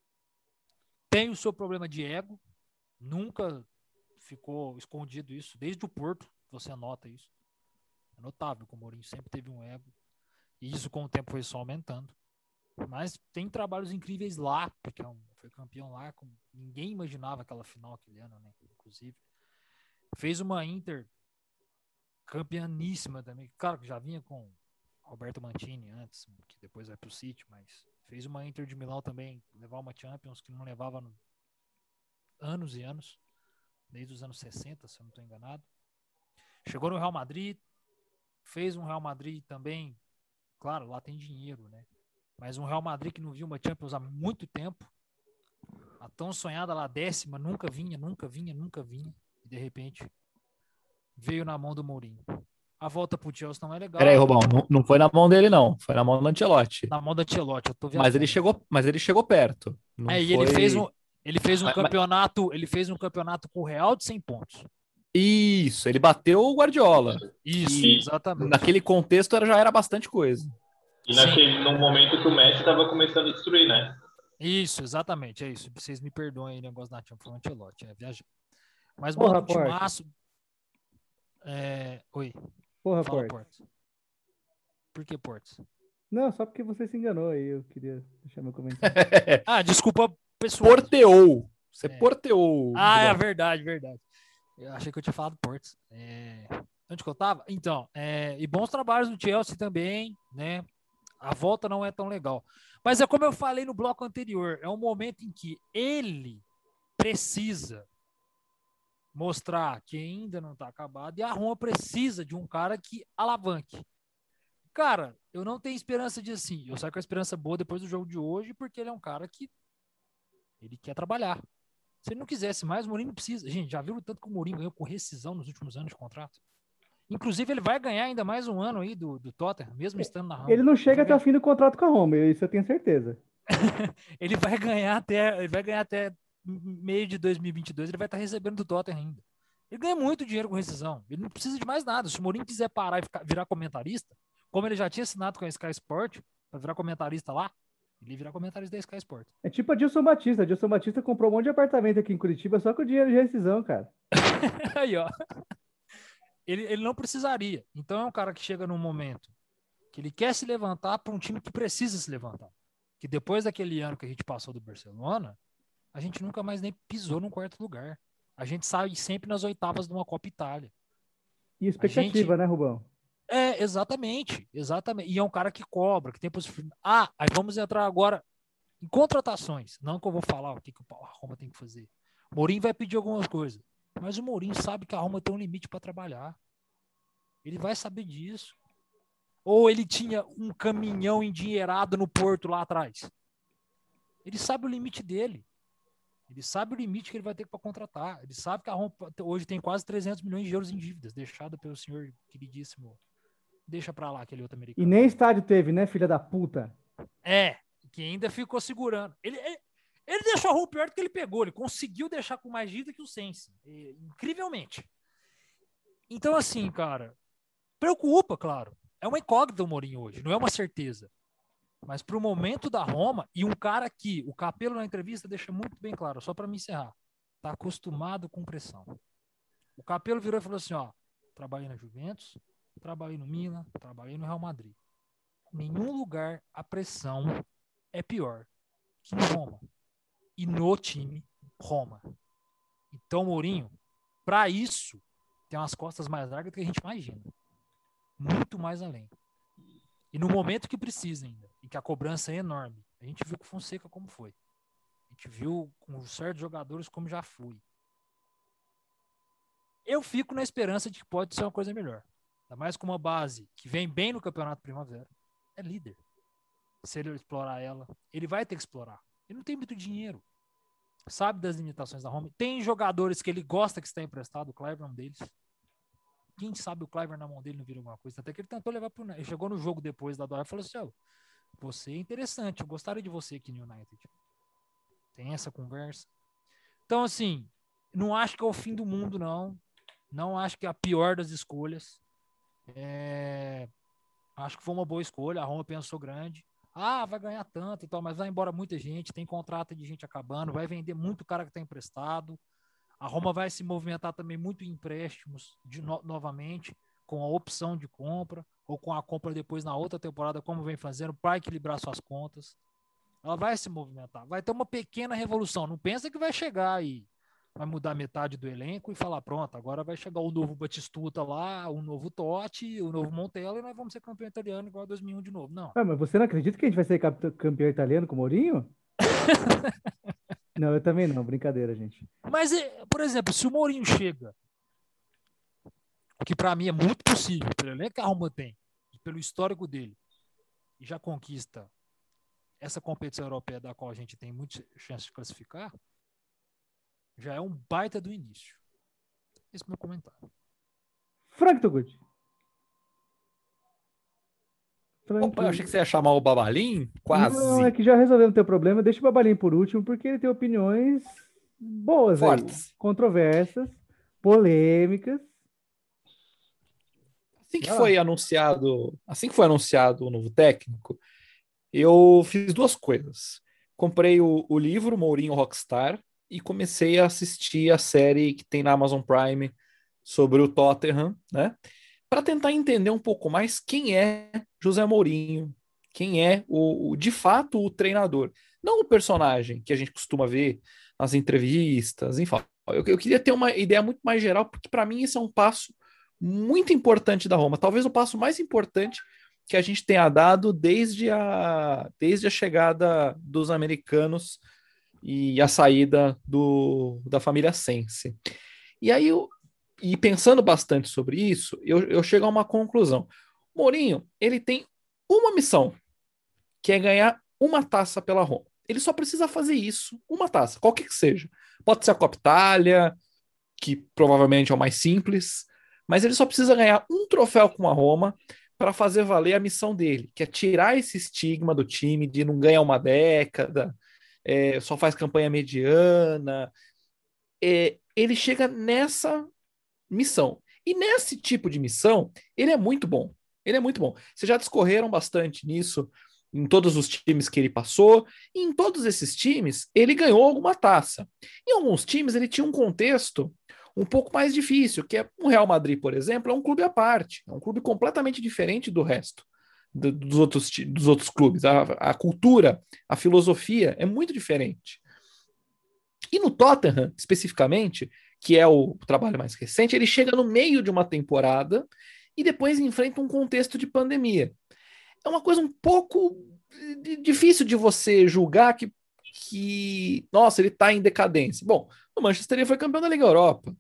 Tem o seu problema de ego, nunca ficou escondido isso, desde o Porto você nota isso. É notável que o Mourinho sempre teve um ego, e isso com o tempo foi só aumentando. Mas tem trabalhos incríveis lá, porque foi campeão lá, com... ninguém imaginava aquela final aquele ano, né? Inclusive. Fez uma Inter campeaníssima também. Claro que já vinha com Roberto Mantini antes, que depois vai pro City, mas fez uma Inter de Milão também, levar uma Champions que não levava no... anos e anos, desde os anos sessenta, se eu não estou enganado. Chegou no Real Madrid, fez um Real Madrid também, claro, lá tem dinheiro, né? Mas um Real Madrid que não viu uma Champions há muito tempo, a tão sonhada lá décima, nunca vinha, nunca vinha, nunca vinha, e de repente veio na mão do Mourinho. A volta pro Chelsea não é legal. Peraí, Rubão, não, não foi na mão dele, não. Foi na mão do Ancelotti. Na mão do Ancelotti, eu tô viajando. Mas ele chegou, mas ele chegou perto. Não é, e foi... ele fez um, ele fez um mas, campeonato, ele fez um campeonato com o Real de cem pontos. Isso, ele bateu o Guardiola. Isso, e exatamente. Naquele contexto era, já era bastante coisa. E naquele, no momento que o Messi estava começando a destruir, né? Isso, exatamente, é isso. Vocês me perdoem aí, o negócio da Champions foi um Ancelotti, é viajei. Mas Porra, bota um timaço. É... Oi. Porra, Fala, Portes. Portes. Por que Portes? Não, só porque você se enganou aí, eu queria deixar meu comentário. Ah, desculpa, pessoal. Porteou. Você É. porteou. Ah, é verdade, verdade. Eu achei que eu tinha falado Portes. É... Onde que eu tava? Então, é... e bons trabalhos no Chelsea também, né? A volta não é tão legal. Mas é como eu falei no bloco anterior, é um momento em que ele precisa mostrar que ainda não está acabado e a Roma precisa de um cara que alavanque. Cara, eu não tenho esperança de assim. Eu saio com a esperança boa depois do jogo de hoje, porque ele é um cara que ele quer trabalhar. Se ele não quisesse mais, o Mourinho não precisa. Gente, já viu o tanto que o Mourinho ganhou com rescisão nos últimos anos de contrato? Inclusive, ele vai ganhar ainda mais um ano aí do, do Tottenham, mesmo estando na Roma. Ele não chega até o fim do contrato com a Roma, isso eu tenho certeza. ele vai ganhar até, ele vai ganhar até meio de dois mil e vinte e dois, ele vai estar recebendo do Tottenham ainda. Ele ganha muito dinheiro com rescisão. Ele não precisa de mais nada. Se o Mourinho quiser parar e ficar, virar comentarista, como ele já tinha assinado com a Sky Sport para virar comentarista lá, ele virar comentarista da Sky Sport. É tipo a Dilson Batista. A Dilson Batista comprou um monte de apartamento aqui em Curitiba só com o dinheiro de rescisão, cara. Aí, ó. Ele, ele não precisaria. Então é um cara que chega num momento que ele quer se levantar para um time que precisa se levantar. Que depois daquele ano que a gente passou do Barcelona, a gente nunca mais nem pisou no quarto lugar. A gente sai sempre nas oitavas de uma Copa Itália. E expectativa, gente... né, Rubão? É, exatamente. Exatamente. E é um cara que cobra, que tem possibilidade. Ah, aí vamos entrar agora em contratações. Não que eu vou falar o que, que a Roma tem que fazer. O Mourinho vai pedir algumas coisas. Mas o Mourinho sabe que a Roma tem um limite para trabalhar. Ele vai saber disso. Ou ele tinha um caminhão endinheirado no Porto lá atrás. Ele sabe o limite dele. Ele sabe o limite que ele vai ter para contratar. Ele sabe que a Roma hoje tem quase trezentos milhões de euros em dívidas, deixado pelo senhor queridíssimo. Deixa para lá aquele outro americano. E nem estádio teve, né, filha da puta? É, que ainda ficou segurando. Ele, ele, ele deixou a Roma pior do que ele pegou. Ele conseguiu deixar com mais dívida que o Sense. Incrivelmente. Então, assim, cara, preocupa, claro. É uma incógnita o Mourinho hoje, não é uma certeza. Mas para o momento da Roma, e um cara que o Capello na entrevista deixa muito bem claro, só para me encerrar, tá acostumado com pressão. O Capello virou e falou assim, ó, trabalhei na Juventus, trabalhei no Milan, trabalhei no Real Madrid. Nenhum lugar a pressão é pior que em Roma. E no time Roma. Então, Mourinho, para isso, tem umas costas mais largas do que a gente imagina. Muito mais além. E no momento que precisa ainda, e que a cobrança é enorme. A gente viu com o Fonseca como foi. A gente viu com certos jogadores como já foi. Eu fico na esperança de que pode ser uma coisa melhor. Ainda mais com uma base que vem bem no Campeonato Primavera. É líder. Se ele explorar ela, ele vai ter que explorar. Ele não tem muito dinheiro. Sabe das limitações da Roma. Tem jogadores que ele gosta que está emprestado, o Cliver é um deles. Quem sabe o Cliver na mão dele não vira alguma coisa. Até que ele tentou levar pro... Ele chegou no jogo depois da Dória e falou assim, oh, você é interessante, eu gostaria de você aqui no United. Tem essa conversa. Então, assim, não acho que é o fim do mundo, não. Não acho que é a pior das escolhas. É, acho que foi uma boa escolha. A Roma pensou grande. Ah, vai ganhar tanto e tal, mas vai embora muita gente, tem contrato de gente acabando, vai vender muito cara que está emprestado. A Roma vai se movimentar também muito em empréstimos de no- novamente, com a opção de compra, ou com a compra depois na outra temporada, como vem fazendo, para equilibrar suas contas. Ela vai se movimentar, vai ter uma pequena revolução. Não pensa que vai chegar aí, vai mudar metade do elenco e falar, pronto, agora vai chegar o novo Batistuta lá, o novo Totti, o novo Montella e nós vamos ser campeão italiano igual a dois mil e um de novo. Não. Ah, mas você não acredita que a gente vai ser cap- campeão italiano com o Mourinho? Não, eu também não. Brincadeira, gente. Mas, é, por exemplo, se o Mourinho chega, que para mim é muito possível, pelo elenco que a Roma tem, e pelo histórico dele, e já conquista essa competição europeia da qual a gente tem muita chance de classificar, já é um baita do início. Esse é o meu comentário. Frank Togut. Frank... Opa, eu achei que você ia chamar o Babalim. Quase. Não, é que já resolvemos o teu problema. Deixa o Babalinho por último, porque ele tem opiniões boas Fortes. aí. Controversas, polêmicas. Assim que Vai lá. foi anunciado, assim que foi anunciado o novo técnico, eu fiz duas coisas. Comprei o, o livro Mourinho Rockstar e comecei a assistir a série que tem na Amazon Prime sobre o Tottenham, né? Para tentar entender um pouco mais quem é José Mourinho, quem é o, o de fato o treinador, não o personagem que a gente costuma ver nas entrevistas, enfim. Eu, eu queria ter uma ideia muito mais geral, porque para mim isso é um passo muito importante da Roma, talvez o passo mais importante que a gente tenha dado desde a, desde a chegada dos americanos e a saída do, da família Sensi. E aí, eu, e pensando bastante sobre isso, eu, eu chego a uma conclusão. Mourinho, ele tem uma missão, que é ganhar uma taça pela Roma. Ele só precisa fazer isso, uma taça, qualquer que seja. Pode ser a Copa Itália, que provavelmente é o mais simples, mas ele só precisa ganhar um troféu com a Roma para fazer valer a missão dele, que é tirar esse estigma do time de não ganhar uma década, é, só faz campanha mediana. É, ele chega nessa missão. E nesse tipo de missão, ele é muito bom. Ele é muito bom. Vocês já discorreram bastante nisso em todos os times que ele passou, e em todos esses times ele ganhou alguma taça. Em alguns times ele tinha um contexto um pouco mais difícil, que é o Real Madrid, por exemplo, é um clube à parte, é um clube completamente diferente do resto do, dos, outros, dos outros clubes. A, a cultura, a filosofia é muito diferente. E no Tottenham, especificamente, que é o trabalho mais recente, ele chega no meio de uma temporada e depois enfrenta um contexto de pandemia. É uma coisa um pouco difícil de você julgar que, que nossa, ele está em decadência. Bom, o Manchester ele foi campeão da Liga Europa,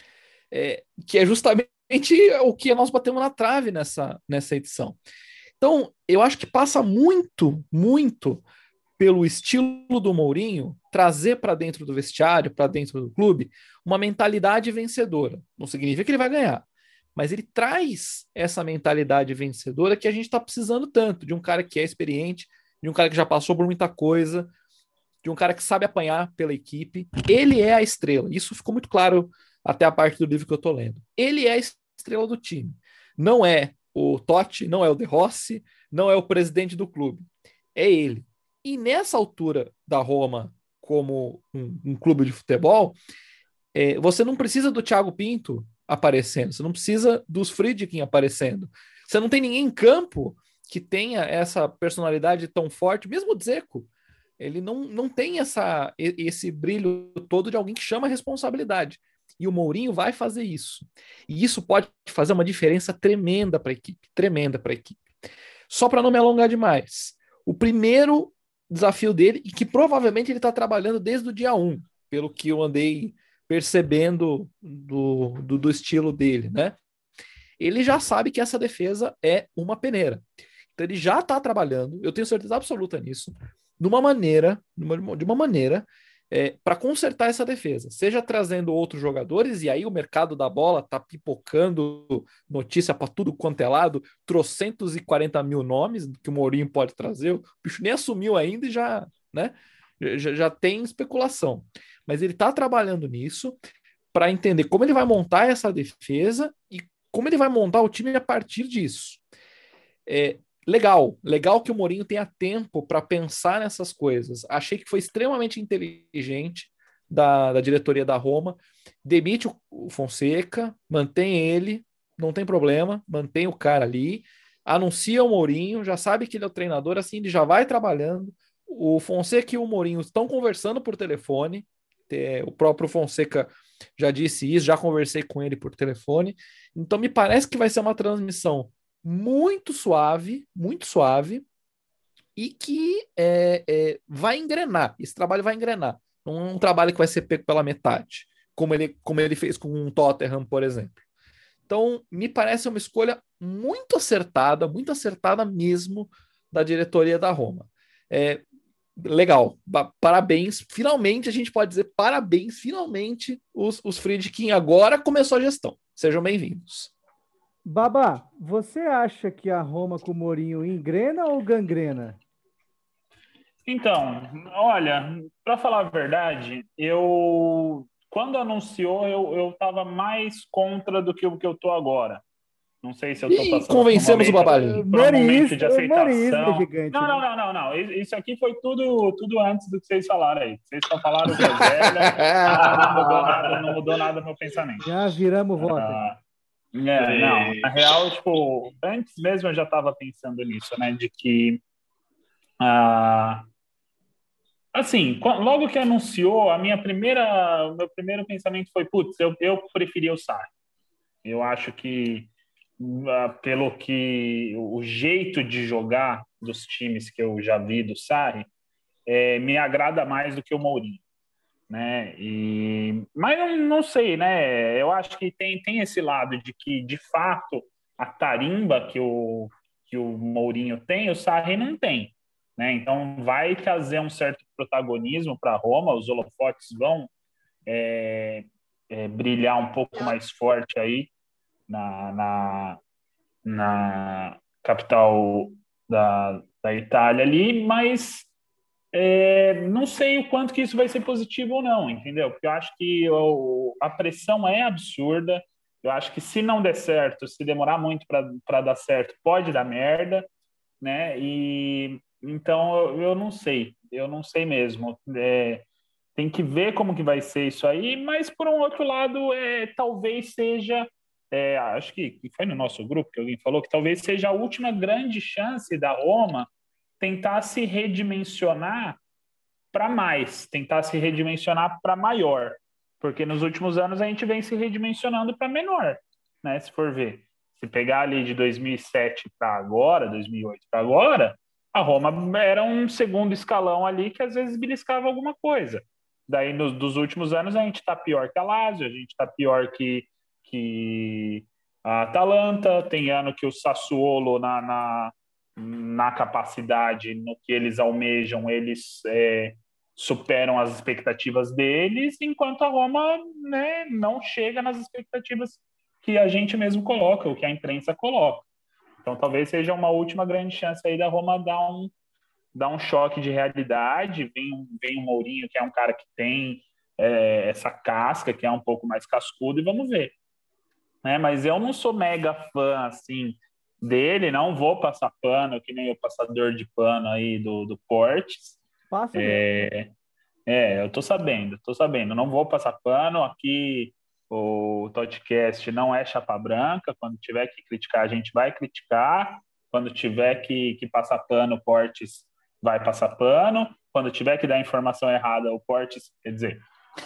é, que é justamente o que nós batemos na trave nessa, nessa edição. Então, eu acho que passa muito, muito pelo estilo do Mourinho trazer para dentro do vestiário, para dentro do clube, uma mentalidade vencedora. Não significa que ele vai ganhar, mas ele traz essa mentalidade vencedora que a gente está precisando tanto, de um cara que é experiente, de um cara que já passou por muita coisa, de um cara que sabe apanhar pela equipe. Ele é a estrela. Isso ficou muito claro até a parte do livro que eu estou lendo. Ele é a estrela do time. Não é o Totti, não é o De Rossi, não é o presidente do clube. É ele. E nessa altura da Roma, como um, um clube de futebol, é, você não precisa do Thiago Pinto aparecendo, você não precisa dos Friedkin aparecendo. Você não tem ninguém em campo que tenha essa personalidade tão forte, mesmo o Dzeko. Ele não, não tem essa, esse brilho todo de alguém que chama a responsabilidade. E o Mourinho vai fazer isso. E isso pode fazer uma diferença tremenda para a equipe, tremenda para a equipe. Só para não me alongar demais, o primeiro desafio dele, e que provavelmente ele está trabalhando desde o dia um, pelo que eu andei percebendo do, do, do estilo dele, né? Ele já sabe que essa defesa é uma peneira. Então ele já está trabalhando, eu tenho certeza absoluta nisso, de uma maneira, de uma maneira é, para consertar essa defesa, seja trazendo outros jogadores, e aí o mercado da bola está pipocando notícia para tudo quanto é lado, trocentos e quarenta mil nomes que o Mourinho pode trazer, o bicho nem assumiu ainda e já, né, já, já tem especulação. Mas ele está trabalhando nisso para entender como ele vai montar essa defesa e como ele vai montar o time a partir disso. É, legal, legal que o Mourinho tenha tempo para pensar nessas coisas. Achei que foi extremamente inteligente da, da diretoria da Roma. Demite o, o Fonseca, mantém ele, não tem problema, mantém o cara ali, anuncia o Mourinho, já sabe que ele é o treinador, assim, ele já vai trabalhando. O Fonseca e o Mourinho estão conversando por telefone, o próprio Fonseca já disse isso, já conversei com ele por telefone, então me parece que vai ser uma transmissão muito suave, muito suave, e que é, é, vai engrenar, esse trabalho vai engrenar, não é um trabalho que vai ser pego pela metade, como ele, como ele fez com o Tottenham, por exemplo. Então, me parece uma escolha muito acertada, muito acertada mesmo da diretoria da Roma. É, legal, parabéns, finalmente a gente pode dizer parabéns, finalmente os, os Friedkin agora começou a gestão. Sejam bem-vindos. Babá, você acha que a Roma com o Mourinho engrena ou gangrena? Então, olha, para falar a verdade, eu quando anunciou eu eu estava mais contra do que o que eu tô agora. Não sei se eu tô passando. E convencemos por um momento, o Babalinho. por um momento de aceitação. É gigante, não, não, né? não, não, não. Isso aqui foi tudo, tudo antes do que vocês falaram aí. Vocês só falaram groselha, não mudou nada, não mudou nada no meu pensamento. Já viramos voto. Ah, é, não, na real, tipo, antes mesmo eu já estava pensando nisso, né? De que ah, assim, logo que anunciou, a minha primeira, o meu primeiro pensamento foi, putz, eu, eu preferia o Sarri. Eu acho que pelo que o jeito de jogar dos times que eu já vi do Sarri é, me agrada mais do que o Mourinho, né? E, mas não, não sei, né? Eu acho que tem, tem esse lado de que, de fato, a tarimba que o, que o Mourinho tem, o Sarri não tem, né? Então vai trazer um certo protagonismo para Roma, os holofotes vão é, é, brilhar um pouco mais forte aí na, na, na capital da, da Itália ali, mas é, não sei o quanto que isso vai ser positivo ou não, entendeu? Porque eu acho que eu, a pressão é absurda, eu acho que se não der certo, se demorar muito para dar certo, pode dar merda, né? E então eu, eu não sei, eu não sei mesmo. É, tem que ver como que vai ser isso aí, mas por um outro lado, é, talvez seja É, acho que foi no nosso grupo que alguém falou que talvez seja a última grande chance da Roma tentar se redimensionar para mais, tentar se redimensionar para maior, porque nos últimos anos a gente vem se redimensionando para menor, né? Se for ver, se pegar ali de dois mil e sete para agora, dois mil e oito para agora, a Roma era um segundo escalão ali que às vezes beliscava alguma coisa. Daí nos dos últimos anos a gente está pior que a Lazio, a gente está pior que que a Atalanta, tem ano que o Sassuolo na, na, na capacidade, no que eles almejam, eles é, superam as expectativas deles, enquanto a Roma, né, não chega nas expectativas que a gente mesmo coloca, o que a imprensa coloca. Então talvez seja uma última grande chance aí da Roma dar um, dar um choque de realidade, vem, vem o Mourinho, que é um cara que tem é, essa casca, que é um pouco mais cascudo, e vamos ver. Né, mas eu não sou mega fã assim dele, não vou passar pano que nem o passador de pano aí do, do Portes. Passa é, é, eu tô sabendo, tô sabendo, não vou passar pano aqui. O podcast não é chapa branca, quando tiver que criticar a gente vai criticar, quando tiver que, que passar pano o Portes vai passar pano, quando tiver que dar informação errada o Portes, quer dizer,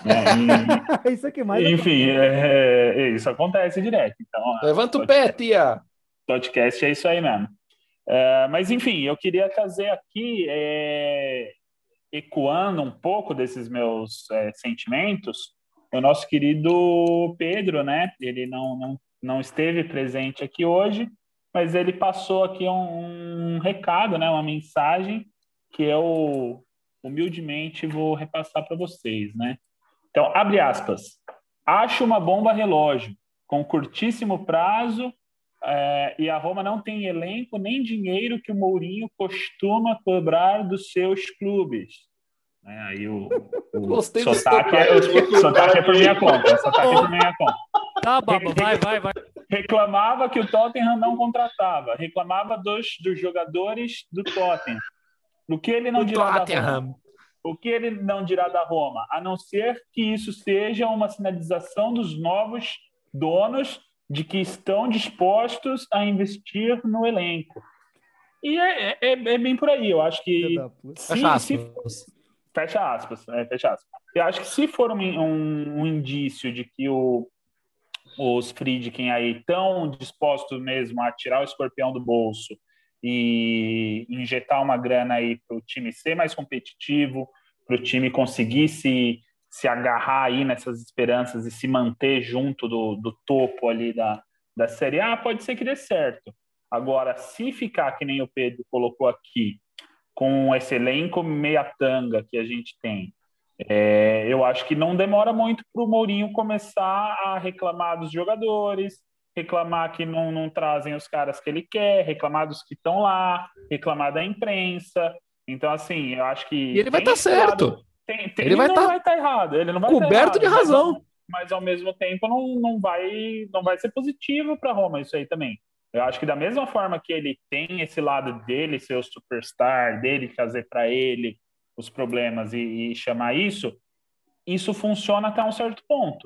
É, e, isso aqui mais enfim, é, é, isso acontece direto. Então, levanta o pé, tia. Podcast é isso aí mesmo. É, mas, enfim, eu queria trazer aqui, é, ecoando um pouco desses meus é, sentimentos, o nosso querido Pedro, né? Ele não, não, não esteve presente aqui hoje, mas ele passou aqui um, um recado, né? Uma mensagem que eu humildemente vou repassar para vocês, né? Então, abre aspas. Acho uma bomba relógio, com curtíssimo prazo, é, e a Roma não tem elenco nem dinheiro que o Mourinho costuma cobrar dos seus clubes. É, aí o, o sotaque, é, o sotaque é por minha conta. O sotaque é por minha conta. Tá, Baba, vai, vai, vai. reclamava que o Tottenham não contratava, reclamava dos, dos jogadores do Tottenham. O que ele não O dirá da Tottenham. Roma? O que ele não dirá da Roma? A não ser que isso seja uma sinalização dos novos donos de que estão dispostos a investir no elenco. E é, é, é bem por aí. Eu acho que se, Fecha se, aspas. fecha aspas, é, fecha aspas. Eu acho que se for um, um, um indício de que o, os Friedkin aí estão dispostos mesmo a tirar o escorpião do bolso e injetar uma grana aí para o time ser mais competitivo, para o time conseguir se, se agarrar aí nessas esperanças e se manter junto do, do topo ali da, da Série A, pode ser que dê certo. Agora, se ficar, que nem o Pedro colocou aqui, com esse elenco meia-tanga que a gente tem, é, eu acho que não demora muito para o Mourinho começar a reclamar dos jogadores, reclamar que não, não trazem os caras que ele quer, reclamar dos que estão lá, reclamar da imprensa. Então, assim, eu acho que... E ele vai estar tá certo. Lado, tem, tem, ele vai não tá vai estar tá errado. Ele não vai coberto tá errado, de razão. Mas, mas, ao mesmo tempo, não, não, vai, não vai ser positivo para Roma isso aí também. Eu acho que da mesma forma que ele tem esse lado dele ser o superstar, dele fazer para ele os problemas e, e chamar isso, isso funciona até um certo ponto.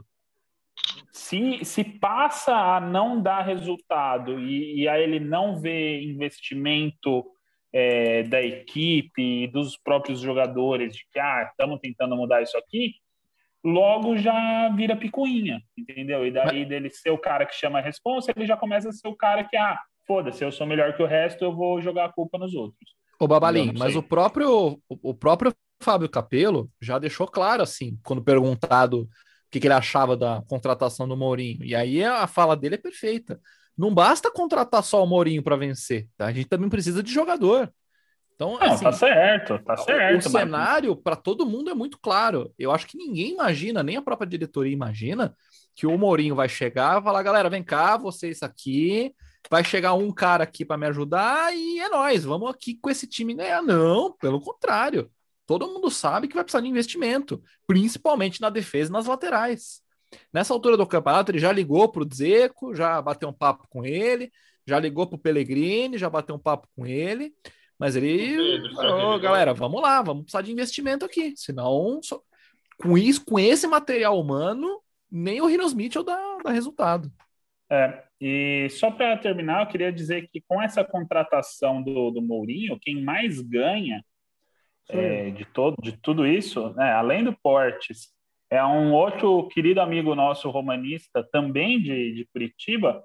Se, se passa a não dar resultado e, e a ele não ver investimento é, da equipe e dos próprios jogadores de que ah, estamos tentando mudar isso aqui, logo já vira picuinha, entendeu? E daí Mas... dele ser o cara que chama a responsa, ele já começa a ser o cara que, ah, foda-se, eu sou melhor que o resto, eu vou jogar a culpa nos outros. Ô, Babalim, mas o próprio, o próprio Fábio Capello já deixou claro, assim, quando perguntado o que, que ele achava da contratação do Mourinho. E aí a fala dele é perfeita. Não basta contratar só o Mourinho para vencer, tá? A gente também precisa de jogador. Então, não, assim, tá certo, tá certo. O, o cenário para todo mundo é muito claro. Eu acho que ninguém imagina, nem a própria diretoria imagina, que o Mourinho vai chegar e falar, galera, vem cá, vocês aqui, vai chegar um cara aqui para me ajudar e é nóis, vamos aqui com esse time ganhar. Não, pelo contrário. Todo mundo sabe que vai precisar de investimento, principalmente na defesa e nas laterais. Nessa altura do campeonato, ele já ligou para o Dzeko, já bateu um papo com ele, já ligou para o Pellegrini, já bateu um papo com ele, mas ele falou, galera, vamos lá, vamos precisar de investimento aqui, senão só... com isso, com esse material humano, nem o Rinos Mitchell dá, dá resultado. É, e só para terminar, eu queria dizer que com essa contratação do, do Mourinho, quem mais ganha É, de, todo, de tudo isso, né, além do Portes, é um outro querido amigo nosso romanista, também de, de Curitiba,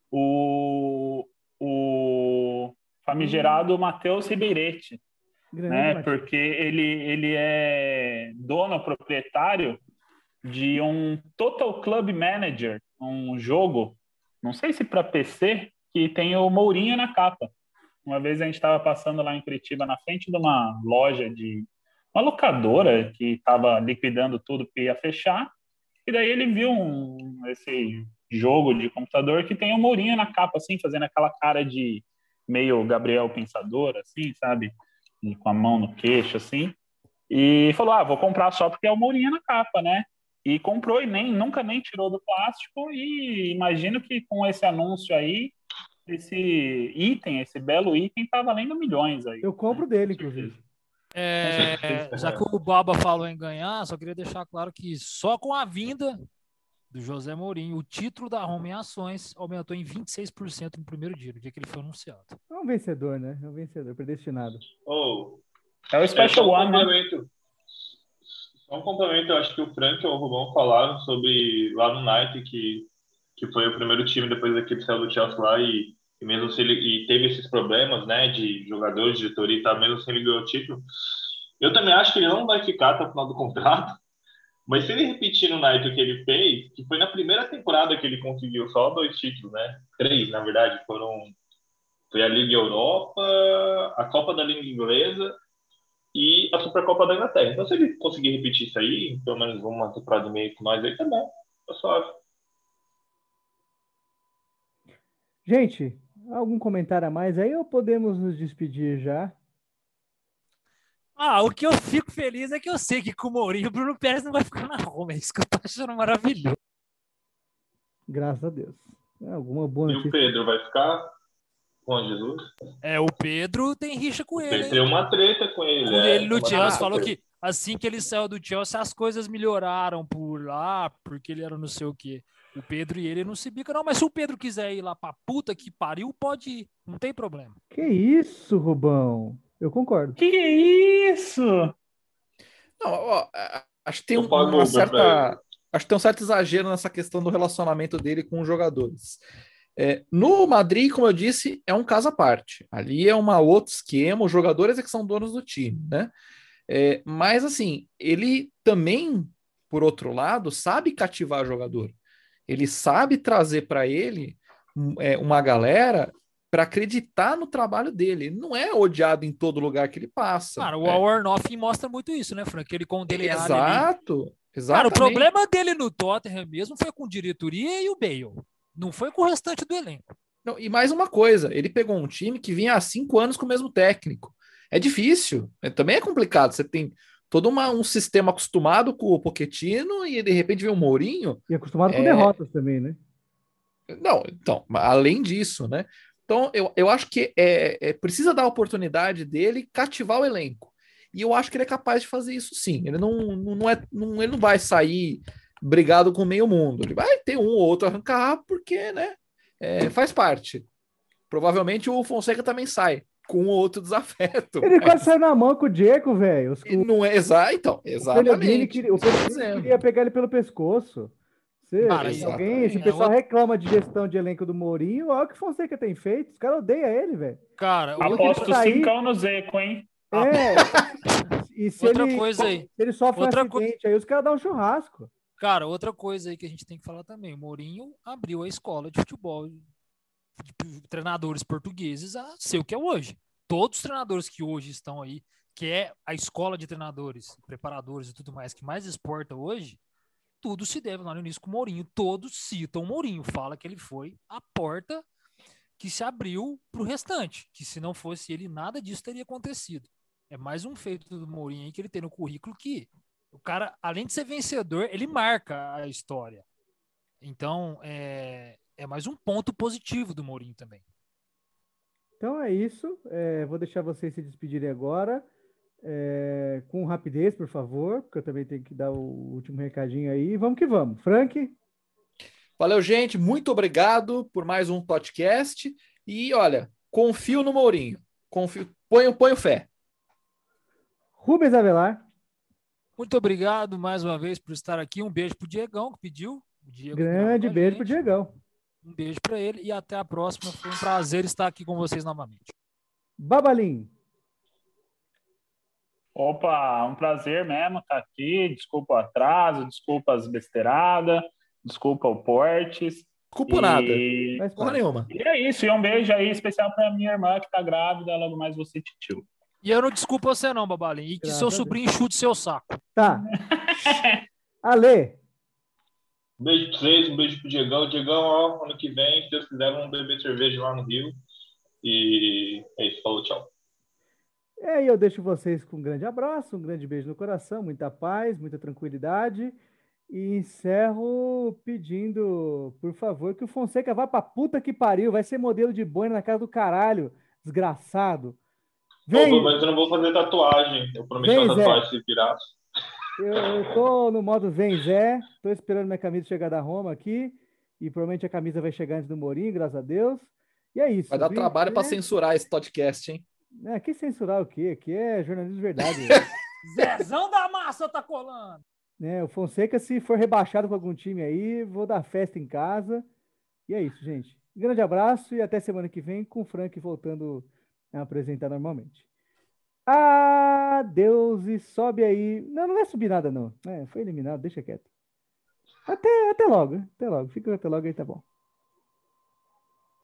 o, o famigerado Matheus Ribeiretti, né, porque ele, ele é dono, proprietário de um Total Club Manager, um jogo, não sei se para P C, que tem o Mourinho na capa. Uma vez a gente estava passando lá em Curitiba, na frente de uma loja de uma locadora que estava liquidando tudo que ia fechar, e daí ele viu um, esse jogo de computador que tem o Mourinho na capa, assim, fazendo aquela cara de meio Gabriel Pensador, assim, sabe? E com a mão no queixo, assim. E falou, ah, vou comprar só porque é o Mourinho na capa, né? E comprou e nem, nunca nem tirou do plástico, e imagino que com esse anúncio aí, esse item, esse belo item, tá valendo milhões aí. Eu compro né? dele, inclusive. É, já que o Baba falou em ganhar, só queria deixar claro que só com a vinda do José Mourinho, o título da Roma em ações aumentou em vinte e seis por cento no primeiro dia, no dia que ele foi anunciado. É um vencedor, né? É um vencedor, predestinado. Oh, é o Special é um One, complemento. Né? Só um complemento, eu acho que o Frank e o Rubão falaram sobre lá no United, que, que foi o primeiro time depois da equipe saiu do Chelsea lá e E mesmo se ele e teve esses problemas, né, de jogador, de diretoria e tal, mesmo se ele ganhou o título, eu também acho que ele não vai ficar até o final do contrato. Mas se ele repetir no United o que ele fez, que foi na primeira temporada que ele conseguiu só dois títulos, né? Três, na verdade, foram foi a Liga Europa, a Copa da Liga Inglesa e a Supercopa da Inglaterra. Então, se ele conseguir repetir isso aí, pelo menos uma temporada e meia com nós aí, tá bom, tá suave. Gente, algum comentário a mais aí ou podemos nos despedir já? Ah, o que eu fico feliz é que eu sei que com o Mourinho o Bruno Pérez não vai ficar na Roma. É isso que eu tô achando maravilhoso. Graças a Deus. É, alguma boa E notícia. o Pedro vai ficar com o Jesus? É, o Pedro tem rixa com ele, Tem hein? uma treta com ele, Com é. ele no uma Chelsea, treta falou com ele. que assim que ele saiu do Chelsea, as coisas melhoraram por lá, porque ele era não sei o quê. O Pedro e ele não se bicam, não. Mas se o Pedro quiser ir lá pra puta que pariu, pode ir. Não tem problema. Que isso, Rubão? Eu concordo. Que isso? Não, ó, a- acho que tem Eu um- pago uma Uber pra ele. certa. Acho que tem um certo exagero nessa questão do relacionamento dele com os jogadores. É, no Madrid, como eu disse, é um caso à parte. Ali é um outro esquema, os jogadores é que são donos do time, né? É, mas assim, ele também, por outro lado, sabe cativar jogador. Ele sabe trazer para ele um, é, uma galera para acreditar no trabalho dele. Ele não é odiado em todo lugar que ele passa. Cara, o É. Warnoff mostra muito isso, né, Frank? Ele com o Dele Alli ali. Exato, Cara, exatamente. o problema dele no Tottenham mesmo foi com diretoria e o Bale. Não foi com o restante do elenco. Não, e mais uma coisa, ele pegou um time que vinha há cinco anos com o mesmo técnico. É difícil, é- também é complicado. Você tem todo uma- um sistema acostumado com o Pochettino e de repente vem o Mourinho. E acostumado com É, derrotas também, né? Não, então, além disso, né? Então, eu, eu acho que é, é- precisa dar a oportunidade dele cativar o elenco. E eu acho que ele é capaz de fazer isso sim. Ele não, não, não é, não, ele não vai sair brigado com meio mundo. Ele vai ter um ou outro arrancar, porque, né? é, faz parte. Provavelmente o Fonseca também sai com um ou outro desafeto. Ele mas- quase saiu na mão com o Diego, velho. Os- E não é exa, então, O Pellegrini exatamente. queria, o Isso que eu tô Pellegrini dizendo. queria pegar ele pelo pescoço. Se, Cara, se e- alguém, se o é, pessoal outra- reclama de gestão de elenco do Mourinho, olha o que o Fonseca tem feito. Os caras odeiam ele, velho. Cara, Ele outra, Aposto sair- cincão no Zeco, hein? É. E se outra ele, coisa aí. se ele sofre Outra um coi- acidente, aí os caras dão um churrasco. Cara, outra coisa aí que a gente tem que falar também. O Mourinho abriu a escola de futebol de treinadores portugueses a ser o que é hoje. Todos os treinadores que hoje estão aí, que é a escola de treinadores, preparadores e tudo mais que mais exporta hoje, tudo se deve lá no início com o Mourinho. Todos citam o Mourinho, fala que ele foi a porta que se abriu para o restante, que se não fosse ele, nada disso teria acontecido. É mais um feito do Mourinho aí que ele tem no currículo que o cara, além de ser vencedor, ele marca a história. Então, é, é mais um ponto positivo do Mourinho também. Então é isso. É, vou deixar vocês se despedirem agora. É, com rapidez, por favor, porque eu também tenho que dar o último recadinho aí. Vamos que vamos. Frank, Valeu, gente. Muito obrigado por mais um podcast. E olha, confio no Mourinho. Confio, ponho, ponho fé. Rubens Avelar, Muito obrigado mais uma vez por estar aqui. Um beijo pro Diegão que pediu. O Diego que grande gravou com a beijo gente. pro Diegão. Um beijo para ele e até a próxima. Foi um prazer estar aqui com vocês novamente. Babalim, Opa, um prazer mesmo estar aqui. Desculpa o atraso, desculpa as besteiradas, desculpa o Portes. Culpa E- nada. faz Porra parte. nenhuma. E é isso, e um beijo aí especial para minha irmã que tá grávida, logo mais você titio. E eu não desculpo você não, Babalim. E que Graças seu a Deus. sobrinho chute seu saco. Tá. Ale, Um beijo pra vocês, um beijo pro Diegão. Diegão, ó, ano que vem, se Deus quiser, vamos beber cerveja lá no Rio. E é isso, falou, tchau. e aí eu deixo vocês com um grande abraço, um grande beijo no coração, muita paz, muita tranquilidade. E encerro pedindo, por favor, que o Fonseca vá pra puta que pariu. Vai ser modelo de boina na casa do caralho, desgraçado. Vem, Ô, mas eu não vou fazer tatuagem. Eu prometi Vem, uma Zé. tatuagem se virar. eu, eu tô no modo Vem Zé, tô esperando minha camisa chegar da Roma aqui. E provavelmente a camisa vai chegar antes do Mourinho, graças a Deus. E é isso. Vai dar Vem trabalho Zé. para censurar esse podcast, hein? É, que censurar o quê? Aqui é jornalismo de verdade. Zezão da massa tá colando. né? O Fonseca, se for rebaixado com algum time aí, vou dar festa em casa. E é isso, gente. Grande abraço e até semana que vem com o Frank voltando a apresentar normalmente. Adeus e sobe aí. Não, não vai subir nada, não. É, foi eliminado, deixa quieto. Até, até logo, até logo. Fica até logo aí, tá bom.